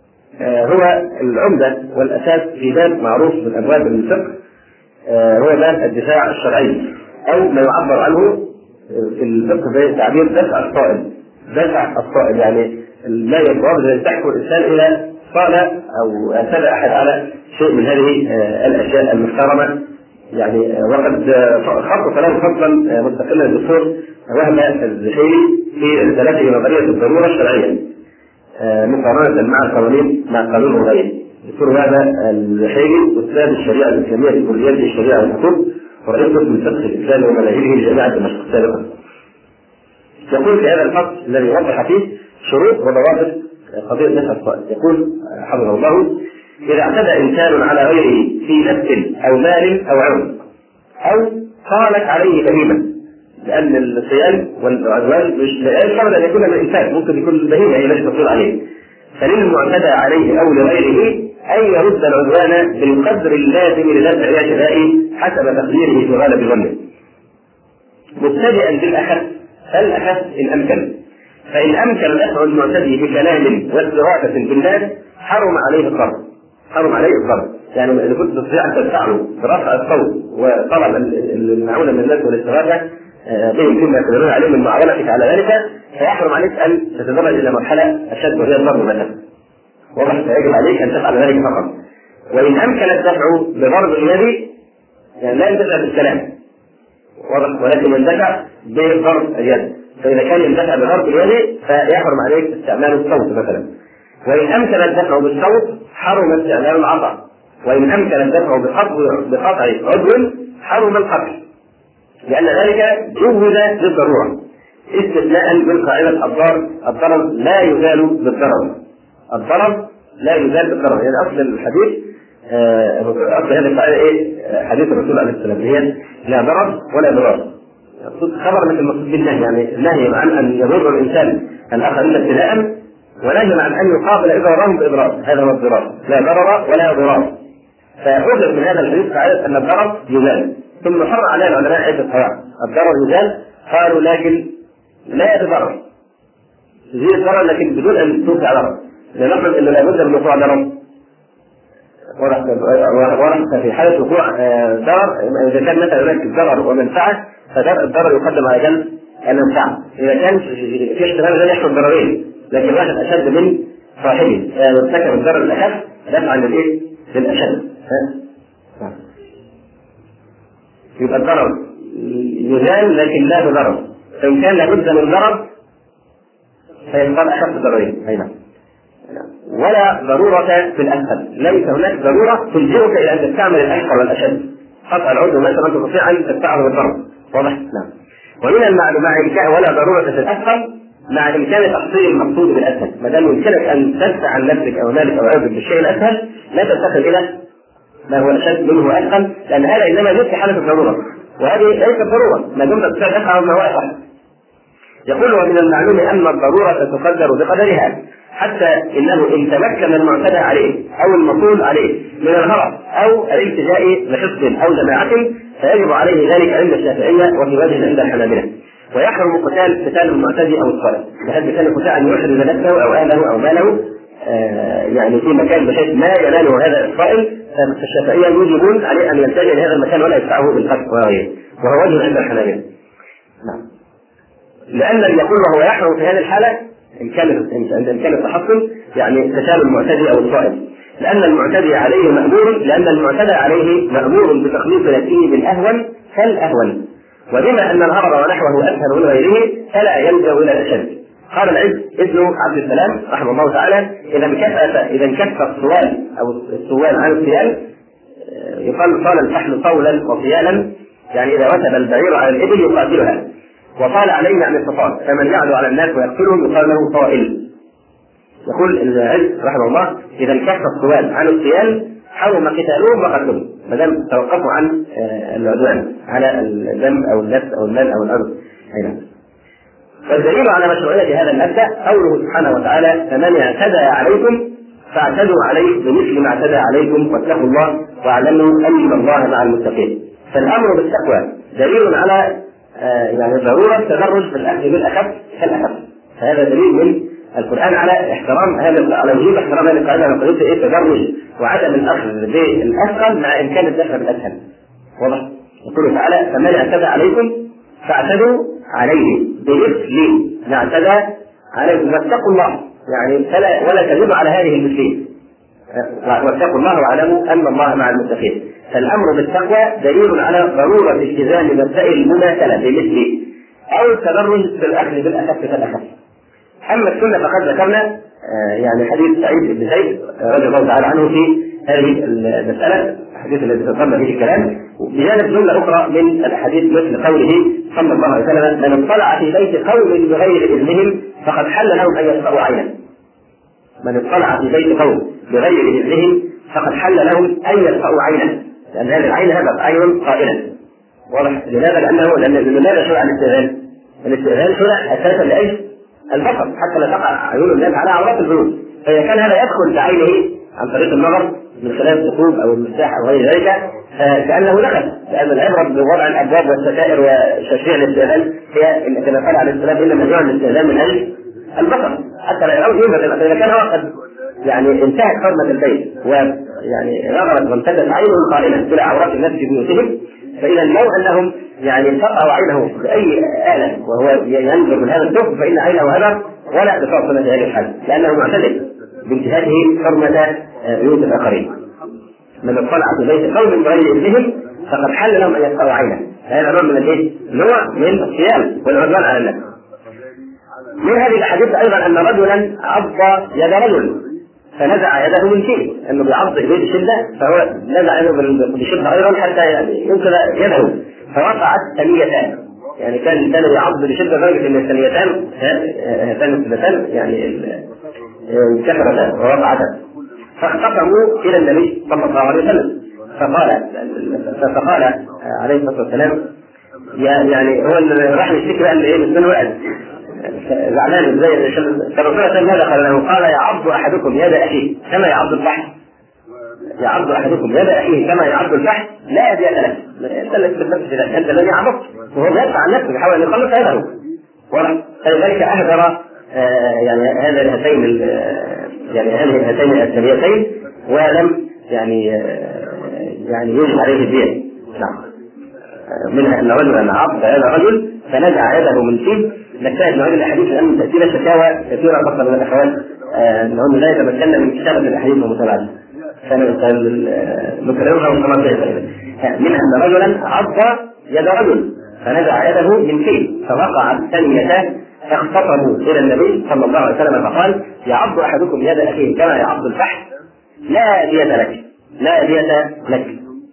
Speaker 2: هو العمدة والأساس في باب معروف من أبواب الفقه، هو باب الدفاع الشرعي، أو ما يعبر عنه في الفقه بتعبير دفع الطائل. دفع الطائل يعني لا يضرب الذي تحكم الإنسان إلى قال أو اعتدى أحد على شيء من هذه الأشياء المحترمة. يعني وقد خط كلام فصلا مستقلا الدكتور وهم الزحيري في رسالته نظرية الضرورة الشرعية مقارنة مع القوانين مع القانون الوضعي. الدكتور هذا الزحيري أستاذ الشريعة الإسلامية في كلية الشريعة والحقوق ورئيس قسم الفقه الإسلامي ومناهجه جامعة دمشق سابقا. يقول في هذا الفصل الذي وضح فيه شروط وضوابط قضية دفع الطائل، يقول حفظه الله: إذا اعتدى إنسان على غيره في نفس أو مال أو عرض أو قالت عليه بهيمة، لأن الصيام والعدوان مش شرط أن يكون من الإنسان، ممكن يكون البهيمة هي التي تصير عليه، فللمعتدى عليه أو لغيره أن يرد العدوان بالقدر اللازم لدفع الاعتداء حسب تقديره في غالب ظنه، مبتدئا بالأخف فالأخف إن أمكن. فإن أمكن دفع المعتدي بكلام واستغاثة بالناس حرم عليه الضرب، حرم عليه الضرب. يعني إذا كنت تستطيع أن تدفعه برفع الصوت وطلب المعونة من الناس والاستغاثة بهم فيما يقدرون عليه من معاونتك على ذلك، فيحرم عليك أن تتدرج إلى مرحلة أشد وهي الضرب مثلا. واضح؟ فيجب عليك أن تفعل ذلك فقط. وإن أمكن الدفع بضرب اليد يعني لا يندفع بالكلام، واضح، ولكن يندفع بضرب اليد. فإذا كان يندفع بضرب اليد فيحرم عليك استعمال الصوت مثلا. وإن أمكن الدفع بالصوت حرم استعمال العطا. وإن أمكن الدفع بقطع عضو حرم القتل، لأن ذلك جوز للضرورة استثناء من قاعدة الضرر الضرر لا يزال بالضرر. الضرر لا يزال بالضرر، يعني أصل الحديث أصل هذه القاعدة إيه؟ حديث الرسول عليه السلام هي لا ضرر ولا ضرر. خبر مثل المقصود بالنهي، يعني النهي عن أن يضر الإنسان الآخرين ابتداء، ونهي عن أن يقابل إضرارهم بإضرار، هذا هو الضرار، لا ضرر ولا ضرار. فأخذ من هذا الحديث قاعدة أن الضرر يزال، ثم حر عليها العلماء عدة قواعد. الضرر يزال، قالوا لكن لا يتضرر، يزيل الضرر لكن بدون أن توقع ضرر، لنفرض أنه لابد من وقوع ضرر، ورث في حالة وقوع ضرر إذا كان مثلا هناك ضرر ومنفعة فالضرر يقدم على جنب المنفعة. إذا كان في احتمال لا يحصل ضررين لكن واحد أشد من صاحبه ارتكب الضرر الأخف دفعا للإيه؟ للأشد. يبقى الضرر يزال لكن لا بضرر، فإن كان لابد من ضرر فيختار أخف ضررين. أي نعم. ولا ضرورة في الأسهل، ليس هناك ضرورة تلجئك إلى أن تستعمل الأشهر والأشد. قطع العضو مثلا تستطيع أن تدفعه بالضرب، واضح؟ نعم. ومن المعلوم مع إمكان ولا ضرورة في الأسهل مع إمكان تحصيل المقصود بالأسهل، ما دام يمكنك أن تدفع عن نفسك أو مالك أو عرضك بالشيء الأسهل لا تنتقل إلى ما هو أشد منه أسهل، لأن هذا إنما يجوز في حالة الضرورة، وهذه ليست ضرورة ما دمت تستطيع تدفع ما هو أسهل. يقول ومن المعلوم أن الضرورة تقدر بقدرها، حتى إنه إن تمكن المعتدى عليه أو المفروض عليه من الهرب أو الالتجاء لحصن أو جماعة فيجب عليه ذلك عند الشافعية وفي وجه عند الحنابلة، ويحرم قتال قتال المعتدي أو الصالح، بحيث كان القتال أن يحرز نفسه أو أهله أو ماله آه يعني في مكان بحيث ما يناله هذا الصائل، فالشافعية يوجبون عليه أن يلتجئ لهذا المكان ولا يدفعه بالقتل وغيره، وهو وجه عند الحنابلة. نعم. لأن يقول وهو يحرم في هذه الحالة إن كان عند إمكان التحصن يعني قتال المعتدي أو الصائل، لأن المعتدي عليه مأمور لأن المعتدى عليه مأمور بتخليص نفسه بالأهون فالأهون، وبما أن الهرب ونحوه أسهل من غيره فلا يلجأ إلى الأشد. قال العز ابن عبد السلام رحمه الله تعالى إذا انكف إذا انكف الصوال أو الصوال عن الصيال يقال صال الفحل طولا وصيالا، يعني إذا وثب البعير على الإبل يقاتلها، وقال عليه عن الصفات فمن يعلو على الناس ويقتلهم يقال له طائل. يقول العز رحمه الله إذا انكف الصوال عن الصيال حرم قتالهم وقتلهم ما دام توقفوا عن العدوان على الدم أو النفس أو المال أو الأرض. أيضا والدليل على مشروعية هذا المبدأ قوله سبحانه وتعالى فمن اعتدى عليكم فاعتدوا عليه بمثل ما اعتدى عليكم واتقوا الله واعلموا أن الله مع المتقين. فالأمر بالتقوى دليل على آه يعني ضرورة التدرج في الأخذ بالأخف كالأخف، فهذا دليل من القرآن على احترام هذا على وجوب احترام هذه القاعدة على قضية ايه التدرج وعدم الأخذ بالأثقل مع إمكان الدفع بالأسهل. واضح؟ يقول تعالى فمن اعتدى عليكم فاعتدوا عليه بمثل ما اعتدى عليكم واتقوا الله، يعني فلا ولا تزيدوا على هذه المثلين واتقوا الله واعلموا أن الله مع المتقين. فالأمر بالتقوى دليل على ضرورة التزام مبدأ المماثلة بمثله أو التدرج بالأخذ بالأخف فالأخف. أما السنة فقد ذكرنا آه يعني حديث سعيد بن زيد رضي الله تعالى عنه في هذه المسألة، الحديث الذي ذكرنا فيه الكلام، بجانب جملة أخرى من الحديث مثل قوله صلى الله عليه وسلم من اطلع في بيت قوم بغير إذنهم فقد حل لهم أن يطلعوا عينا. من اطلع في بيت قوم بغير إذنهم فقد حل لهم أن يطلعوا عينا، لأن هذه العين هذا عين قائلا. واضح؟ لماذا؟ لأنه لأن لماذا شرع الاستئذان؟ الاستئذان شرع أساسا لأجل البصر حتى لا تقع عيون الناس على عورات البيوت، فإذا كان هذا يدخل بعينه عن طريق النظر من خلال الثقوب أو المفتاح أو غير ذلك فكأنه دخل، لأن العبرة بوضع الأبواب والستائر وتشريع الاستئذان هي إن كما قال عليه السلام إنما جعل الاستئذان من أجل البصر حتى لا يرون يوم، فإذا كان هو قد يعني انتهت حرمة البيت ويعني غرت وامتدت عينه قائلا إلى عورات الناس في بيوتهم، فإذا لو أنهم يعني تقعوا عينه بأي آلة وهو ينظر من هذا الثقب فإن عينه هذا ولا بفرص من هذه الحالة لأنه معتدل بانتهاكه حرمة بيوت الآخرين. من اطلع في بيت قوم بغير إذنهم فقد حل لهم أن يقطعوا عينه، هذا نوع من الايه؟ نوع من الصيام والعدوان على الناس. من هذه الأحاديث أيضا أن رجلا عض يد رجل فنزع يده من فيه، انه بيعض ايديه بشده فهو نزع يده بشده ايضا حتى ينقذ يده فوقعت ثنيتان، يعني كان الانسان يعض بشده لدرجه ان الثنيتان هاتان الثنيتان يعني انكسرتا ووقعتا، فاختصموا الى النبي صلى الله عليه وسلم فقال فقال عليه الصلاه والسلام يعني هو اللي راح يشتكي بقى ايه من وقت زعلان ازاي فالرسول ماذا قال له؟ قال يعض احدكم يد اخيه كما يعض الفحل، يعض احدكم يد اخيه كما يعض الفحل لا يد له، انت اللي تتنفس ذلك، انت الذي عضت وهو يدفع عن نفسه يحاول ان يخلص يده، فلذلك اهدر آه يعني هذا هاتين يعني هذه هاتين الثنيتين ولم يعني آه يعني يجب عليه الدين. نعم. منها ان رجلا عض هذا الرجل فنزع يده من فيه. نكتشف من هذه الاحاديث لان تاثير الشكاوى كثيره خاصه من الاخوان انهم لا يتمكننا من كتابه الاحاديث ومتابعتها فنكررها ونقرأها. منها ان رجلا عض يد رجل فنزع يده من فيه فوقع الثانية
Speaker 1: اختصموا الى النبي صلى الله عليه وسلم فقال: يعض احدكم يد اخيه كما يعض الفحل، لا دية لك، لا دية لك.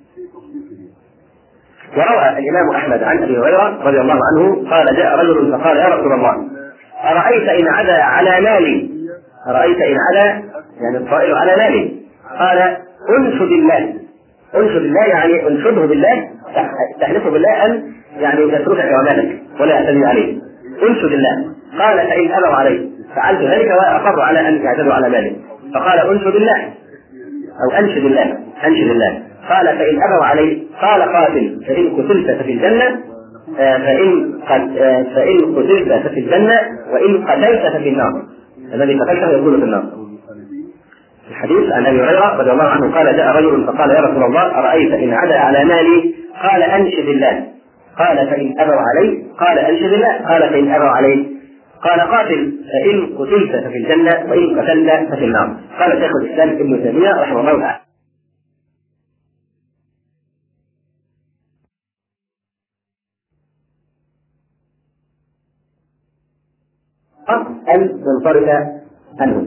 Speaker 1: وروى الامام احمد عن ابي هريره رضي الله عنه قال: جاء رجل فقال: يا رسول الله، ارايت ان عدا على مالي، ارايت ان عدا يعني الطائر على مالي، قال: انشد الله، انشد الله يعني انشده بالله، تحلفه بالله ان يعني يتركك ومالك ولا يعتدي عليه، انشد الله. قال: فان ابوا عليه فعلت ذلك واقروا على ان يعتدوا على مالي. فقال: انشد الله او انشد الله، انشد الله. قال: فان ابوا عليه قال: قاتل، فان قتلت ففي الجنه، فان فان قتلت ففي الجنه وان قتلت ففي النار، الذي قتلته يكون في النار. الحديث عن ابي هريره رضي الله عنه قال: جاء رجل فقال: يا رسول الله، ارايت ان عدا على مالي، قال: انشد الله. قال: فان ابوا عليه قال: انشد الله. قال: فان ابوا عليه قال: قاتل، فان قتلت ففي الجنه وان قتلت ففي النار. قال شيخ الاسلام ابن تيميه رحمه الله تعالى: ان تنصرف عنه.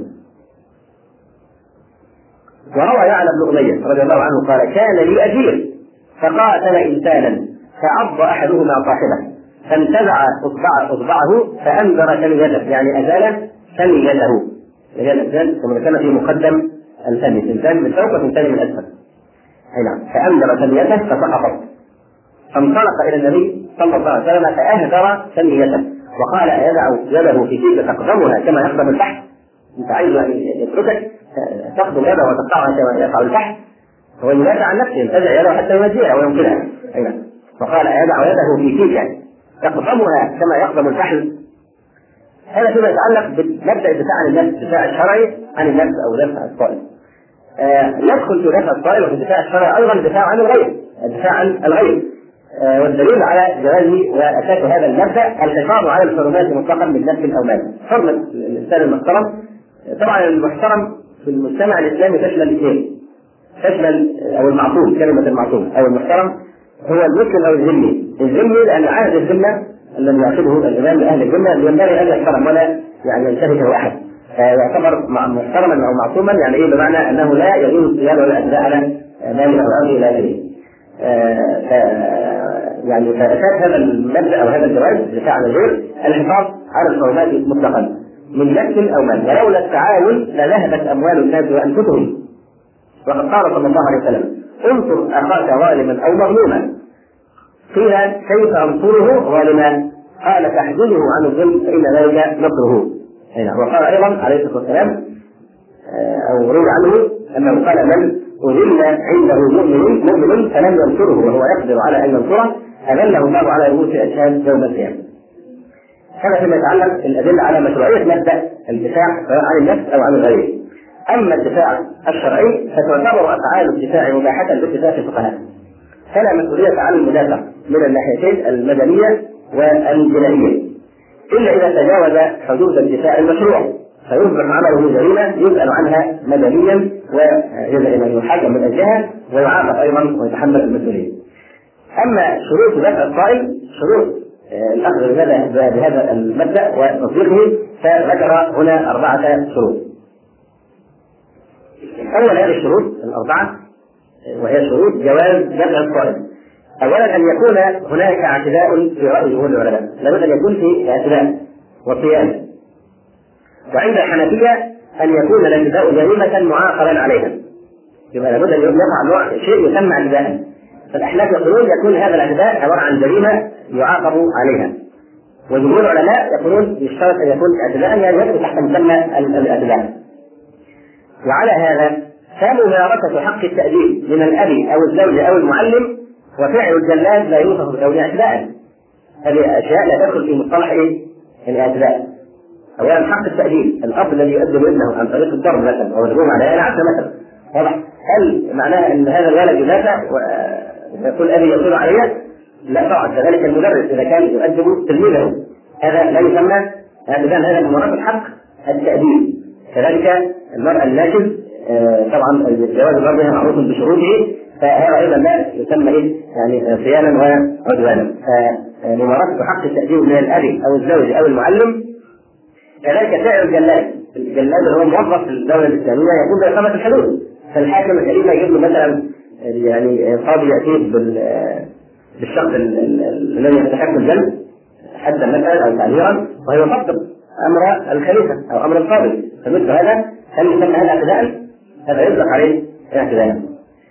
Speaker 1: وروى يعلى بن أمية رضي الله عنه قال: كان لي أجير فقاتل إنسانا فعض أحدهما صاحبه فانتزع اصبع اصبعه فانذر ثنيته، يعني ازال ثنيته، هي الانسان كما كان في مقدم الفم، الانسان من فوق والانسان من اسفل. اي نعم، فانذر ثنيته فسقطت، فانطلق الى النبي صلى الله عليه وسلم فاهدر ثنيته وقال: ايدع يده في فيك تقدمها كما يقدم الفحل؟ انت عايز ان يتركك تقدم يده وتقطعها كما يفعل الفحل؟ هو يدافع عن نفسه، ينتزع يده حتى ينزلها وينقلها. اي نعم، وقال: ايدع يده في فيك يقدمها كما يقدم الفحل. هذا فيما يتعلق بمبدا الدفاع عن النفس، الدفاع الشرعي عن النفس او دفع الطائر. آه ندخل في دفع الطائر وفي الدفاع الشرعي ايضا الدفاع عن الغير، الدفاع عن الغير. آه والدليل على جوازه واساس هذا المبدا الحفاظ على الحرمات مطلقا من نفس او مال. حرمه الانسان المحترم، طبعا المحترم في المجتمع الاسلامي تشمل الاثنين، تشمل او المعصوم، كلمه المعصوم او المحترم هو المسلم او الذمي. الذمي لان عهد الذمه الذي يعقده الامام لاهل الذمه ينبغي ان يحترم ولا يعني ينتهكه احد، فيعتبر محترما او معصوما، يعني ايه؟ بمعنى انه لا يجوز الصيام ولا الاعتداء على ماله او امره الى اخره. يعني فاساس هذا المبدا او هذا الجواز الدفاع عن الغير الحفاظ على الحرمات مطلقا من نفس او مال. ولولا التعاون لذهبت اموال الناس وانفسهم، وقد قال صلى الله عليه وسلم: انصر اخاك ظالما او مظلوما. قيل: كيف انصره ظالما؟ قال: تحجزه عن الظلم فان ذلك نصره. وقال ايضا عليه الصلاه والسلام او روي عنه انه قال: من اذل عنده مؤمن مؤمن فلم ينصره وهو يقدر على ان ينصره اذله الله على رؤوس اشهاد يوم القيامه. هذا فيما يتعلق الادله على مشروعيه مبدا الدفاع سواء عن النفس او عن الغير. اما الدفاع الشرعي فتعتبر افعال الدفاع مباحه باتفاق الفقهاء، فلا مسؤوليه عن المدافع من الناحيتين المدنيه والجنائيه الا اذا تجاوز حدود الدفاع المشروع فيصبح عمله جريمه يسال عنها مدنيا ويحاكم من اجلها ويعاقب ايضا ويتحمل المسؤوليه. اما شروط دفع الطائل، شروط الاخذ بهذا المبدا وتطبيقه، فذكر هنا اربعه شروط. اول هذه الشروط الاربعه وهي شروط جواز دفع الطائل. اولا ان يكون هناك اعتداء في راي جمهور العلماء، لابد ان يكون في اعتداء وصيانه. وعند الحنفيه ان يكون الاعتداء جريمه معاقبا عليها، يبقى لابد ان يقع نوع شيء يسمى اعتداء. فالاحناف يقولون يكون هذا الاعتداء عباره عن جريمه يعاقب عليها، وجمهور العلماء يقولون يشترط ان يكون اعتداء يعني يدخل تحت مسمى الاعتداء. وعلى هذا فممارسه حق التأديب من الاب او الزوج او المعلم وفعل الجلاد لا يوصف بكونه اعتداء. هذه اشياء لا تدخل في مصطلح ايه؟ الاعتداء. اولا حق التأديب، الاب الذي يؤدب ابنه عن طريق الضرب مثلا او الهجوم عليه العفو مثلا، واضح؟ هل معناها ان هذا الولد يدافع ويقول ابي يصر علي؟ لا طبعا، كذلك المدرس اذا كان يؤدب تلميذه هذا لا يسمى هذا، هذا ممارسه حق التأديب. كذلك المرأة الناشز طبعا الجواز ضربها معروف بشروطه، فهذا ايضا لا يسمى ايه؟ يعني صيانا وعدوانا. فممارسه حق التأديب من الاب او الزوج او المعلم كذلك فعل الجلاد، الجلاد اللي هو موظف في الدوله الاسلاميه يقوم باقامه الحدود، فالحاكم الخليفه يجيب له مثلا يعني قاضي ياتيه بالشخص الذي يستحق الجلد حدا مثلا او تعذيرا وهو يطبق امر الخليفه او امر القاضي، فمثل هذا هل يسمى هذا اعتداء؟ هذا يطلق عليه اعتداء.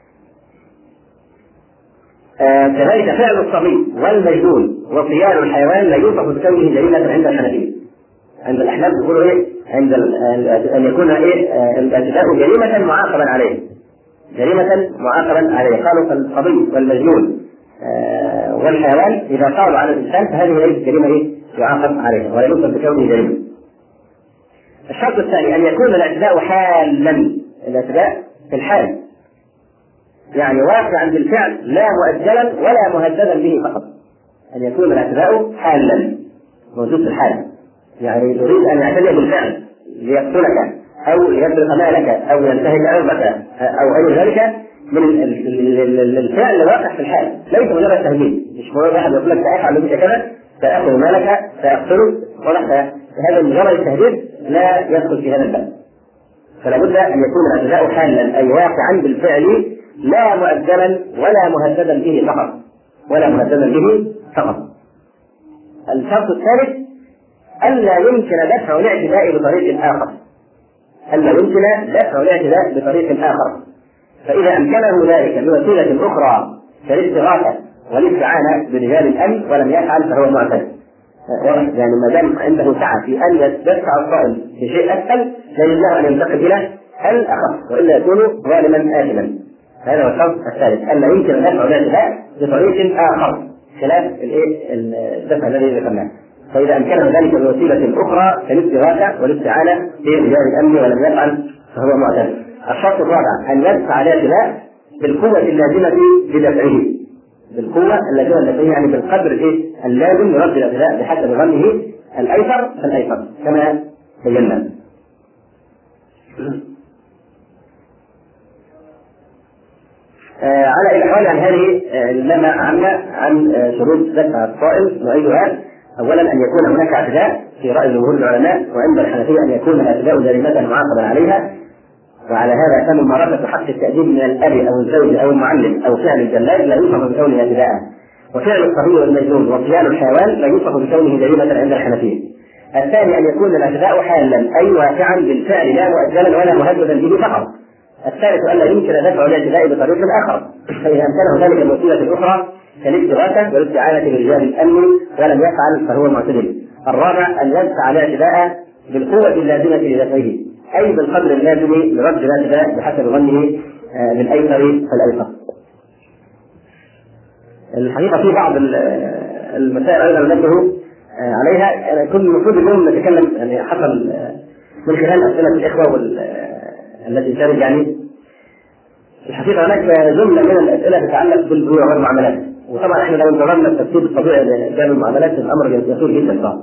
Speaker 1: آه كذلك فعل الصبي والمجنون وصيان الحيوان لا يوصف بكونه جريمه عند الحنفيه. عند الاحناف يقولوا ايه؟ عند ان يكون ايه آه الاعتداء جريمه معاقبا عليه، جريمه معاقبا عليه. قالوا الصبي والمجنون آه والحيوان اذا قالوا على الانسان فهذه ليست جريمه ايه؟ يعاقب عليها ولا يوصف بكونه جريمه. الشرط الثاني ان يكون الاعتداء حالا، الاعتداء في الحال يعني واقعا بالفعل لا مؤجلا ولا مهددا به فقط. ان يكون الاعتداء حالا موجود في الحال، يعني يريد ان يعتدي بالفعل ليقتلك او ليسرق مالك او ينتهك عرضك او غير ذلك من الفعل الواقع في الحال، ليس مجرد تهديد. مش مجرد واحد يقول لك سافعل بك كذا، ساخذ مالك، ساقتلك، ولك هذا مجرد التهديد لا يدخل في هذا الباب. فلا بد ان يكون الاعتداء حالا اي واقعا بالفعل لا مؤجلا ولا مهددا به فقط، ولا مهددا به فقط. الشرط الثالث الا يمكن دفع الاعتداء بطريق اخر، الا يمكن دفع الاعتداء بطريق اخر، فاذا امكنه ذلك بوسيله اخرى كالاستغاثه والاستعانه برجال الامن ولم يفعل فهو معتد. يعني ما دام عنده سعه في ان يدفع الصائم بشيء اسهل لا يجوز له ان ينتقل الى الاخف والا يكون ظالما اثما. هذا هو الشرط الثالث، الا يمكن دفع الاعتداء بطريق اخر خلاف الايه الدفع الذي ذكرناه، فاذا امكنه ذلك بوسيله اخرى كالاستغاثه والاستعانه برجال الامن ولم يفعل فهو معتد. الشرط الرابع ان يدفع الاعتداء بالقوه اللازمه بدفعه، بالقوه اللازمه بدفعه يعني بالقدر الايه اللازم لرد الاعتداء بحسب ظنه الايسر فالايسر كما بينا. آه على الحال عن هذه آه لما عنا عن آه شروط دفع الصائم نعيدها. اولا ان يكون هناك اعتداء في راي جمهور العلماء، وعند الحنفيه ان يكون الاعتداء جريمه معاقبا عليها، وعلى هذا كان ممارسه حق التاديب من الاب او الزوج او المعلم او فعل الجلاد لا يوصف بكونه اعتداء. وفعل الصبي والمجنون وصيان الحيوان لا يوصف بكونه جريمه عند الحنفيه. الثاني ان يكون الاعتداء حالا اي واقعا بالفعل لا مؤجلا ولا مهددا به فقط. الثالث ألا يمكن دفع الاعتداء بطريق آخر، فإذا أمكنه ذلك الوسيلة الأخرى كالاستغاثة والاستعانة برجال الأمن ولم يفعل فهو معتدل. الرابع أن يدفع الاعتداء بالقوة اللازمة لدفعه أي بالقدر اللازم لرد الاعتداء بحسب ظنه بالأيسر فالأيسر. الحقيقة في بعض المسائل أيضا نبه عليها، كل المفروض اليوم نتكلم يعني حصل من خلال أسئلة الإخوة وال التي ترد يعني الحقيقه هناك جمله من الاسئله تتعلق بالبيوع والمعاملات، وطبعا احنا لو انظرنا الترتيب الطبيعي لباب المعاملات الامر يطول جدا طبعا.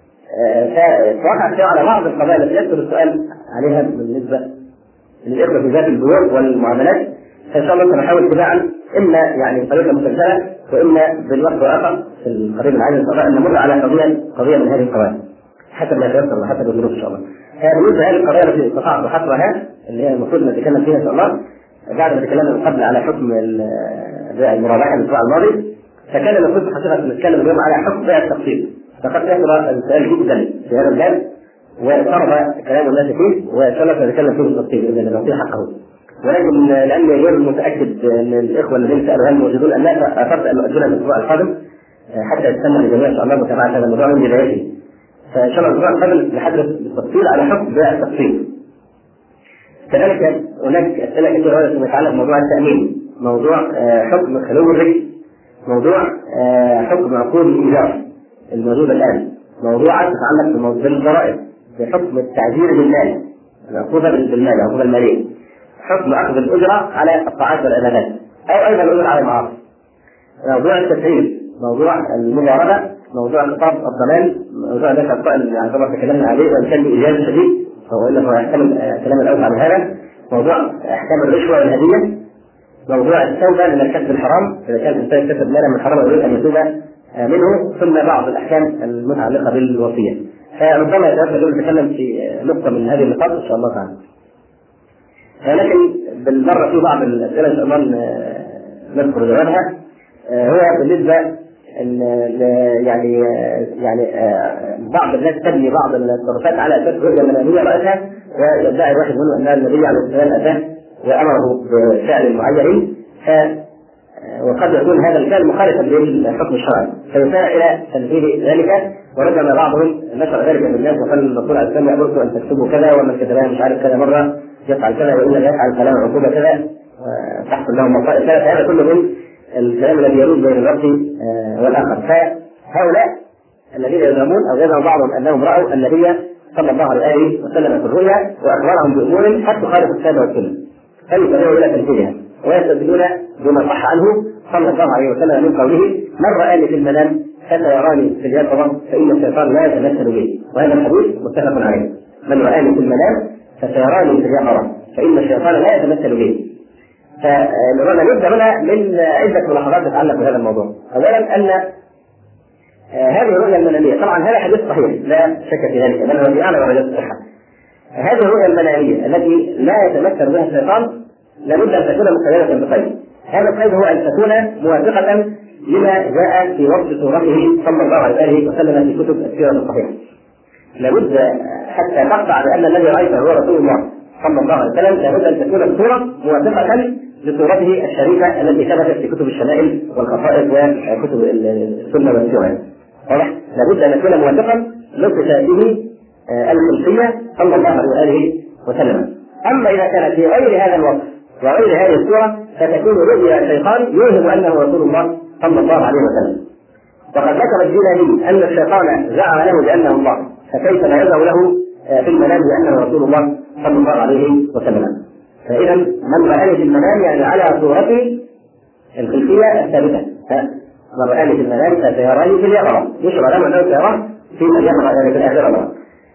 Speaker 1: فوقع على بعض القضايا التي يكثر السؤال عليها بالنسبه للاخوه في ذات البيوع والمعاملات، فان شاء الله سنحاول تباعا اما يعني بطريقه مسلسله واما بالوقت الاخر في القريب العاجل ان نمر على قضيه قضيه من هذه القضايا حسب ما يتيسر وحسب الظروف ان شاء الله. بالنسبه لهذه القضايا التي استطعت حصرها اللي هي المفروض نتكلم فيها ان شاء الله بعد ما تكلمنا من قبل على حكم المرابحه الاسبوع الماضي، فكان المفروض حقيقه نتكلم اليوم على حكم بيع التقسيط. فقد كثر السؤال جدا في هذا الباب وقرب كلام الناس فيه، وان شاء الله سنتكلم فيه بالتفصيل اذا نعطيه حقه. ولكن لاني غير متاكد ان الاخوه الذين سالوا هل موجودون ام لا، اثرت ان اؤجلها الاسبوع القادم حتى يتسنى للجميع ان شاء الله متابعه هذا الموضوع من بدايته. فان شاء الله الاسبوع القادم نحدث بالتفصيل على حكم بيع التقسيط. كذلك هناك اسئله كثيره فيما يتعلق بموضوع التامين، موضوع حكم خلو الرزق، موضوع حكم عقود الايجار الموجوده الان، موضوع تتعلق بالضرائب بحكم التعذير بالمال، العقوبه بالمال، العقوبه الماليه، حكم اخذ الاجره على الطاعات والعبادات او ايضا الاجره على المعاصي، موضوع التسعير، موضوع المضاربه، موضوع خطاب الضمان، موضوع ذاك السؤال يعني طبعا تكلمنا عليه وان كان بايجاز شديد فهو هو يحتمل كلام الاوسع من هذا، موضوع احكام الرشوه والهديه، موضوع التوبه من الكسب الحرام، اذا كان الانسان يكتسب مالا من حرام ويريد ان يتوب منه، ثم بعض الأحكام المتعلقة بالوصية. فربما يتوفى نتكلم في نقطة من هذه النقاط إن شاء الله تعالى. لكن بالمرة في بعض الأسئلة إن شاء الله نذكر جوابها. هو بالنسبة يعني يعني بعض الناس تبني بعض التصرفات على أساس رؤية منامية رأتها، ويدعي الواحد منهم أن النبي عليه السلام أتاه وأمره بفعل معين، وقد يكون هذا الفعل مخالفا للحكم الشرعي فيسارع إلى تنفيذ ذلك. وربما بعضهم نشر ذلك من الناس وقال الرسول عليه السلام يأمركم أن تكتبوا كذا، ومن كتبها مش عارف كذا مرة يفعل كذا، وإلا يفعل فلا عقوبة كذا تحصل لهم مصائب كذا. فهذا كله من الكلام الذي يرد بين الرب والآخر. فهؤلاء الذين يزعمون أو يزعم بعضهم أنهم رأوا النبي صلى الله عليه وسلم في الرؤيا وأخبرهم بأمور قد تخالف الكتاب والسنة، فيسارعوا إلى تنفيذها ويستدلون بما صح عنه صلى الله عليه وسلم من قوله: من رآني في المنام فسيراني في اليقظة فإن الشيطان لا يتمثل به. وهذا الحديث متفق عليه: من رآني في المنام فسيراني في اليقظة فإن الشيطان لا يتمثل به. فنبدأ هنا من عدة ملاحظات تتعلق بهذا الموضوع. أولا أن هذه الرؤيا المنامية، طبعا هذا حديث صحيح لا شك في ذلك، بل هو في أعلى درجات الصحة. هذه الرؤيا المنامية التي لا يتمثل بها الشيطان لابد أن تكون مقيدة بقيد. هذا القيد هو أن تكون موافقة لما جاء في وصف صورته صلى الله عليه وسلم في كتب السيرة الصحيحة. لابد حتى تقطع بأن الذي رأيته هو رسول الله صلى الله عليه وسلم، لابد أن تكون الصورة موافقة لصورته الشريفة التي ثبتت في كتب الشمائل والخصائص وكتب السنة والسيرة. واضح؟ لابد أن يكون موافقا لصفاته الخلقية صلى الله عليه وسلم. أما إذا كان في غير هذا الوصف وغير هذه الصورة فتكون رؤيا الشيطان يوهم أنه رسول الله صلى الله عليه وسلم. وقد ذكر الجيلاني أن الشيطان زعم له بأنه الله، فكيف لا يظهر له في المنام بأنه رسول الله صلى الله عليه وسلم. فإذا من رآني في المنام يعني على صورته الخلقية الثابتة، من رآني في المنام فسيراني في اليقظة، يشرع له أنه سيراه في اليقظة يعني في الآخرة.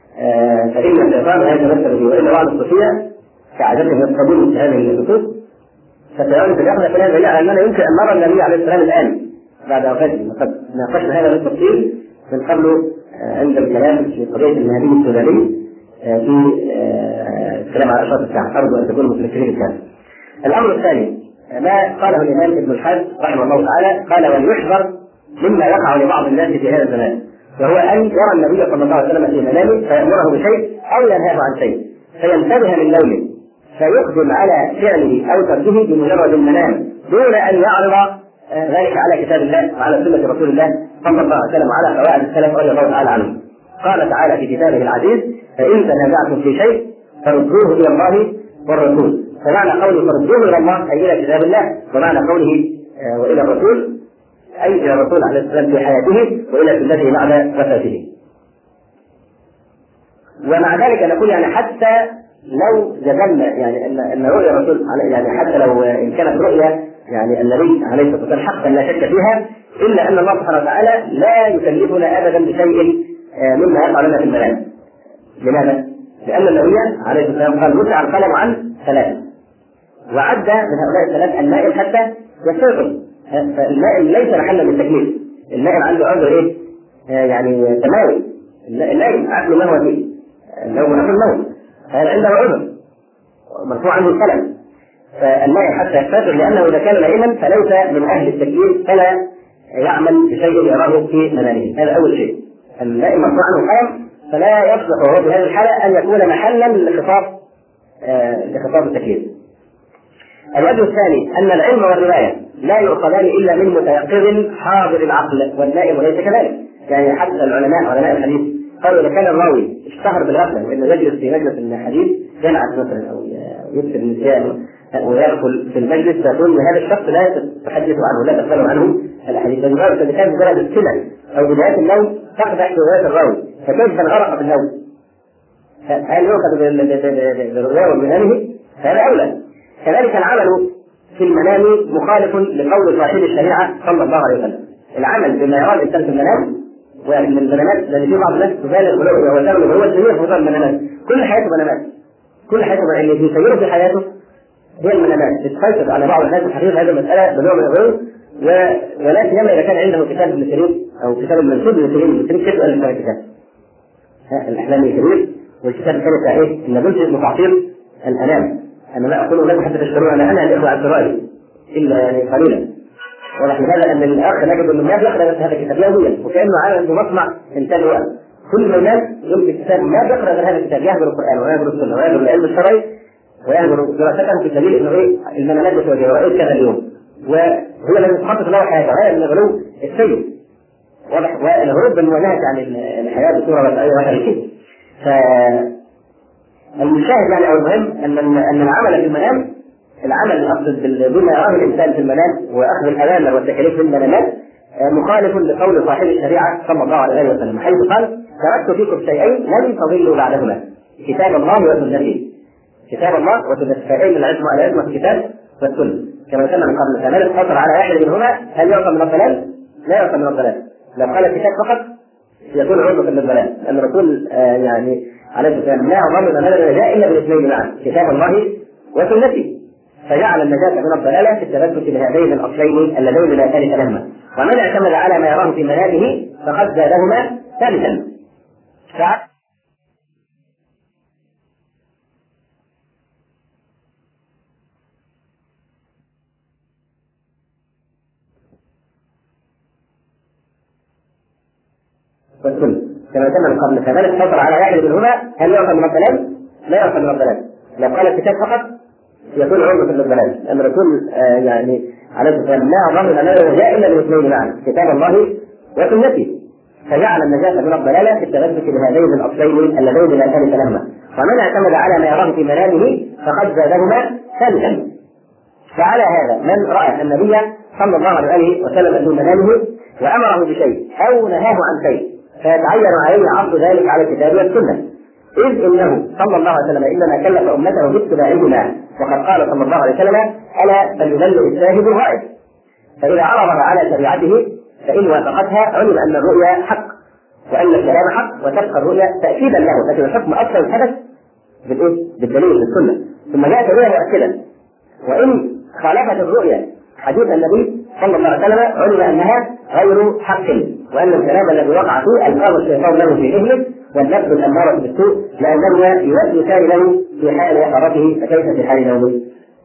Speaker 1: فإن الشيطان لا يتمثل به، وإن بعض الصوفية كعادتهم يقتضون مثل هذه النصوص فسيراني في اليقظة فلا دليل على أننا يمكن أن نرى النبي عليه السلام الآن بعد وفاته. وقد ناقشنا هذا بالتفصيل من قبل عند الكلام في قضية المهدي السوداني في الكلام على أشراط الساعة، أرجو أن تكونوا متذكرين الكلام. الأمر الثاني ما قاله الإمام ابن الحاج رحمه الله تعالى، قال: وليحذر مما يقع لبعض الناس في هذا الزمان، وهو أن يرى النبي صلى الله عليه وسلم في منامه فيأمره بشيء أو ينهاه عن شيء فينتبه من نومه فيقدم على فعله أو تركه بمجرد المنام دون أن يعرض ذلك على كتاب الله وعلى سنة رسول الله صلى الله عليه وسلم وعلى قواعد السلف رضي الله تعالى عنهم. قال تعالى في كتابه العزيز: فإن تنازعتم في شيء فردوه إلى الله والرسول. فمعنى قوله فردوه إلى الله أي إلى كتاب الله، ومعنى قوله وإلى الرسول أي إلى الرسول عليه السلام في حياته وإلى سنته بعد وفاته. ومع ذلك نقول يعني حتى لو جدلنا يعني أن أن رؤيا الرسول يعني حتى لو إن كانت رؤيا يعني النبي عليه الصلاة والسلام حقا لا شك فيها، إلا أن الله سبحانه وتعالى لا يكلفنا أبدا بشيء مما يقع لنا في المنام. لماذا؟ لأن النبي عليه الصلاة والسلام قال: رفع القلم عن ثلاث، وعد من هؤلاء الثلاث النائم حتى يستيقظ. فالنائم ليس محلا للتكليف، النائم عنده عذر إيه؟ يعني تماوي. النائم عقله ما هو فيه، النوم نحو النوم، هذا عنده عذر مرفوع عنه القلم. فالنائم حتى يستيقظ، لأنه إذا كان نائما فليس من أهل التكليف فلا يعمل بشيء يراه في منامه. هذا أول شيء. النائم مرفوع عنه القلم فلا يصلح وهو في هذه الحالة أن يكون محلا لخطاب آه لخطاب التكليف. الوجه الثاني أن العلم والرواية لا يؤخذان إلا من متيقظ حاضر العقل، والنائم ليس كذلك. يعني حتى العلماء علماء الحديث قالوا إذا كان الراوي اشتهر بالغفلة وإنه يجلس في مجلس الحديث ينعس مثلا أو يكتب النساء ويدخل في المجلس فيقول هذا الشخص لا تحدث عنه لا تسأل عنه الحديث. فلذلك إذا كان مجرد السنة أو بداية النوم تقدح في رواية الراوي فكيف الغرق في النوم؟ هل يؤخذ بالرواية ومنامه؟ هذا أولى. كذلك العمل في المنام مخالف لقول صاحب الشريعة صلى الله عليه وسلم. العمل بما يراه الإنسان في المنام ومن المنامات لأن في بعض الناس تبالغ وهو يسمى هو السرير في المنامات، كل حياته منامات، كل حياته اللي بيسيره في حياته هي المنامات. تتفلسف على بعض الناس الحقيقة هذه المسألة بنوع من الغير ولا سيما اذا كان عنده كتاب ابن سيرين او كتاب المنسوب لابن سيرين. ابن سيرين كتب الف كتاب الاحلام الكبير، والكتاب الثاني بتاع ايه؟ النابلسي اسمه تعطيل الانام. انا لا اقول لكم حتى تشترون انا انا الاخوه عبد الرائي الا يعني قليلا. واضح لهذا ان الاخ نجد انه ما بيقرا هذا الكتاب يوميا، وكانه عنده مصنع انتاج وقت. كل ما الناس يمسك كتاب ما بيقرا غير هذا الكتاب، يهجر القران ويهجر السنه ويهجر العلم الشرعي ويهجر دراسته في سبيل انه ايه المنامات بتواجهه وايه كذا اليوم، وهو الذي يتخطط له حياته غير من الغلو السيء. واضح، والهروب بالمواجهه عن الحياه بصوره واقعيه وغير. فالمشاهد يعني او المهم ان ان العمل في المنام، العمل اقصد بما يراه الانسان في المنام واخذ الاوامر والتكاليف في المنامات، مخالف لقول صاحب الشريعه صلى الله عليه وسلم، حيث قال: تركت فيكم شيئين لن تضلوا بعدهما، كتاب الله وسنته. كتاب الله وسنته، شيئين العلم على علم الكتاب والسنه، كما ذكرنا من قبل. فمن اقتصر على واحد منهما هل يعصى من الضلال؟ لا يعصى من الضلال. لو قال الكتاب فقط يكون عضو من الضلال، لان الرسول آه يعني عليه الصلاه والسلام لا ضمن لنا النجاة الا بالاثنين معا، كتاب الله وسنته، فجعل النجاة من الضلالة في التثبت بهذين الأصلين اللذين لا ثالث لهما. ومن اعتمد على ما يراه في منامه فقد زادهما ثالثا. والسنة كما كان من قبل. فمن اقتصر على واحد منهما هل يعصى من الضلال؟ لا يعصى من الضلال. لو قال الكتاب فقط يكون عضو في الضلال، لأن الرسول آه يعني عليه الصلاة والسلام لا ضمن لنا النجاة إلا بالاثنين معا، كتاب الله وسنته، فجعل النجاة من الضلالة في التمسك بهذين الأصلين اللذين لا ثالث لهما. ومن اعتمد على ما يراه في منامه فقد زادهما ثالثا. فعلى هذا من رأى النبي صلى الله عليه وسلم في منامه وأمره بشيء أو نهاه عن شيء فيتعين عليه عرض ذلك على الكتاب والسنة، إذ إنه صلى الله عليه وسلم إنما كلف أمته باتباعهما، وقد قال صلى الله عليه وسلم: ألا فليبلغ الشاهد الغائب. فإذا عرضها على شريعته فإن وافقتها علم أن الرؤيا حق وأن الكلام حق، وتبقى الرؤيا تأكيدا له، لكن الحكم أصلا الحدث بالدليل بالسنة، ثم جاءت الرؤيا مؤكدا. وإن خالفت الرؤيا حديث النبي صلى الله عليه وسلم علم أنها غير حق، وأن الكلام الذي وقع فيه ألقاه الشيطان له في ذهنه والنفس الأمارة بالسوء، لأنه يؤدي له في حال يقظته فكيف في حال نومه.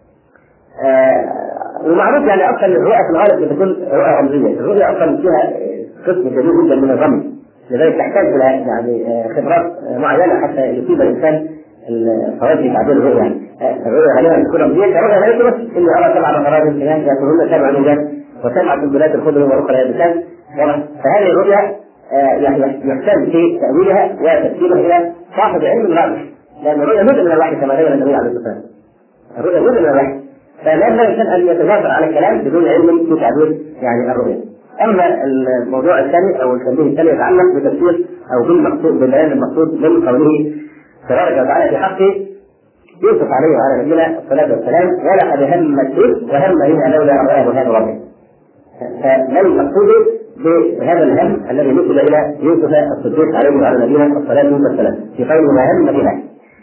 Speaker 1: آه ومعروف يعني أصلا الرؤيا في الغالب بتكون رؤيا رمزية. الرؤيا أصلا فيها قسم كبير جدا من الرمز، لذلك تحتاج إلى يعني خبرات معينة حتى يصيب الإنسان الفوائد في تعبير الرؤيا. يعني الرؤيا غالبا تكون رمزية، كرؤيا لا يمكن إني أرى سبع بقرات انتهاء يأكلهن سبع نجات وسبع سنبلات الخضر وأخرى يابسات. فهذه الرؤيا يعني يحتاج في تأويلها وتفسيرها إلى صاحب علم راسخ، لأن الرؤيا جزء من الوحي كما بين النبي عليه الصلاة والسلام. الرؤيا جزء من الوحي، فلا يمكن أن يتجاسر على الكلام بدون علم في تعبير يعني الرؤيا. أما الموضوع الثاني أو التنبيه الثاني يتعلق بتفسير أو بالمقصود ببيان المقصود من قوله تبارك وتعالى في حق يوسف عليه وعلى نبينا الصلاة والسلام: ولقد همت به وهم بها لولا أن رأى برهان ربه. فما المقصود بهذا الهم الذي نسب إلى يوسف الصديق عليه وعلى نبينا الصلاة والسلام في قوله ما هم بها؟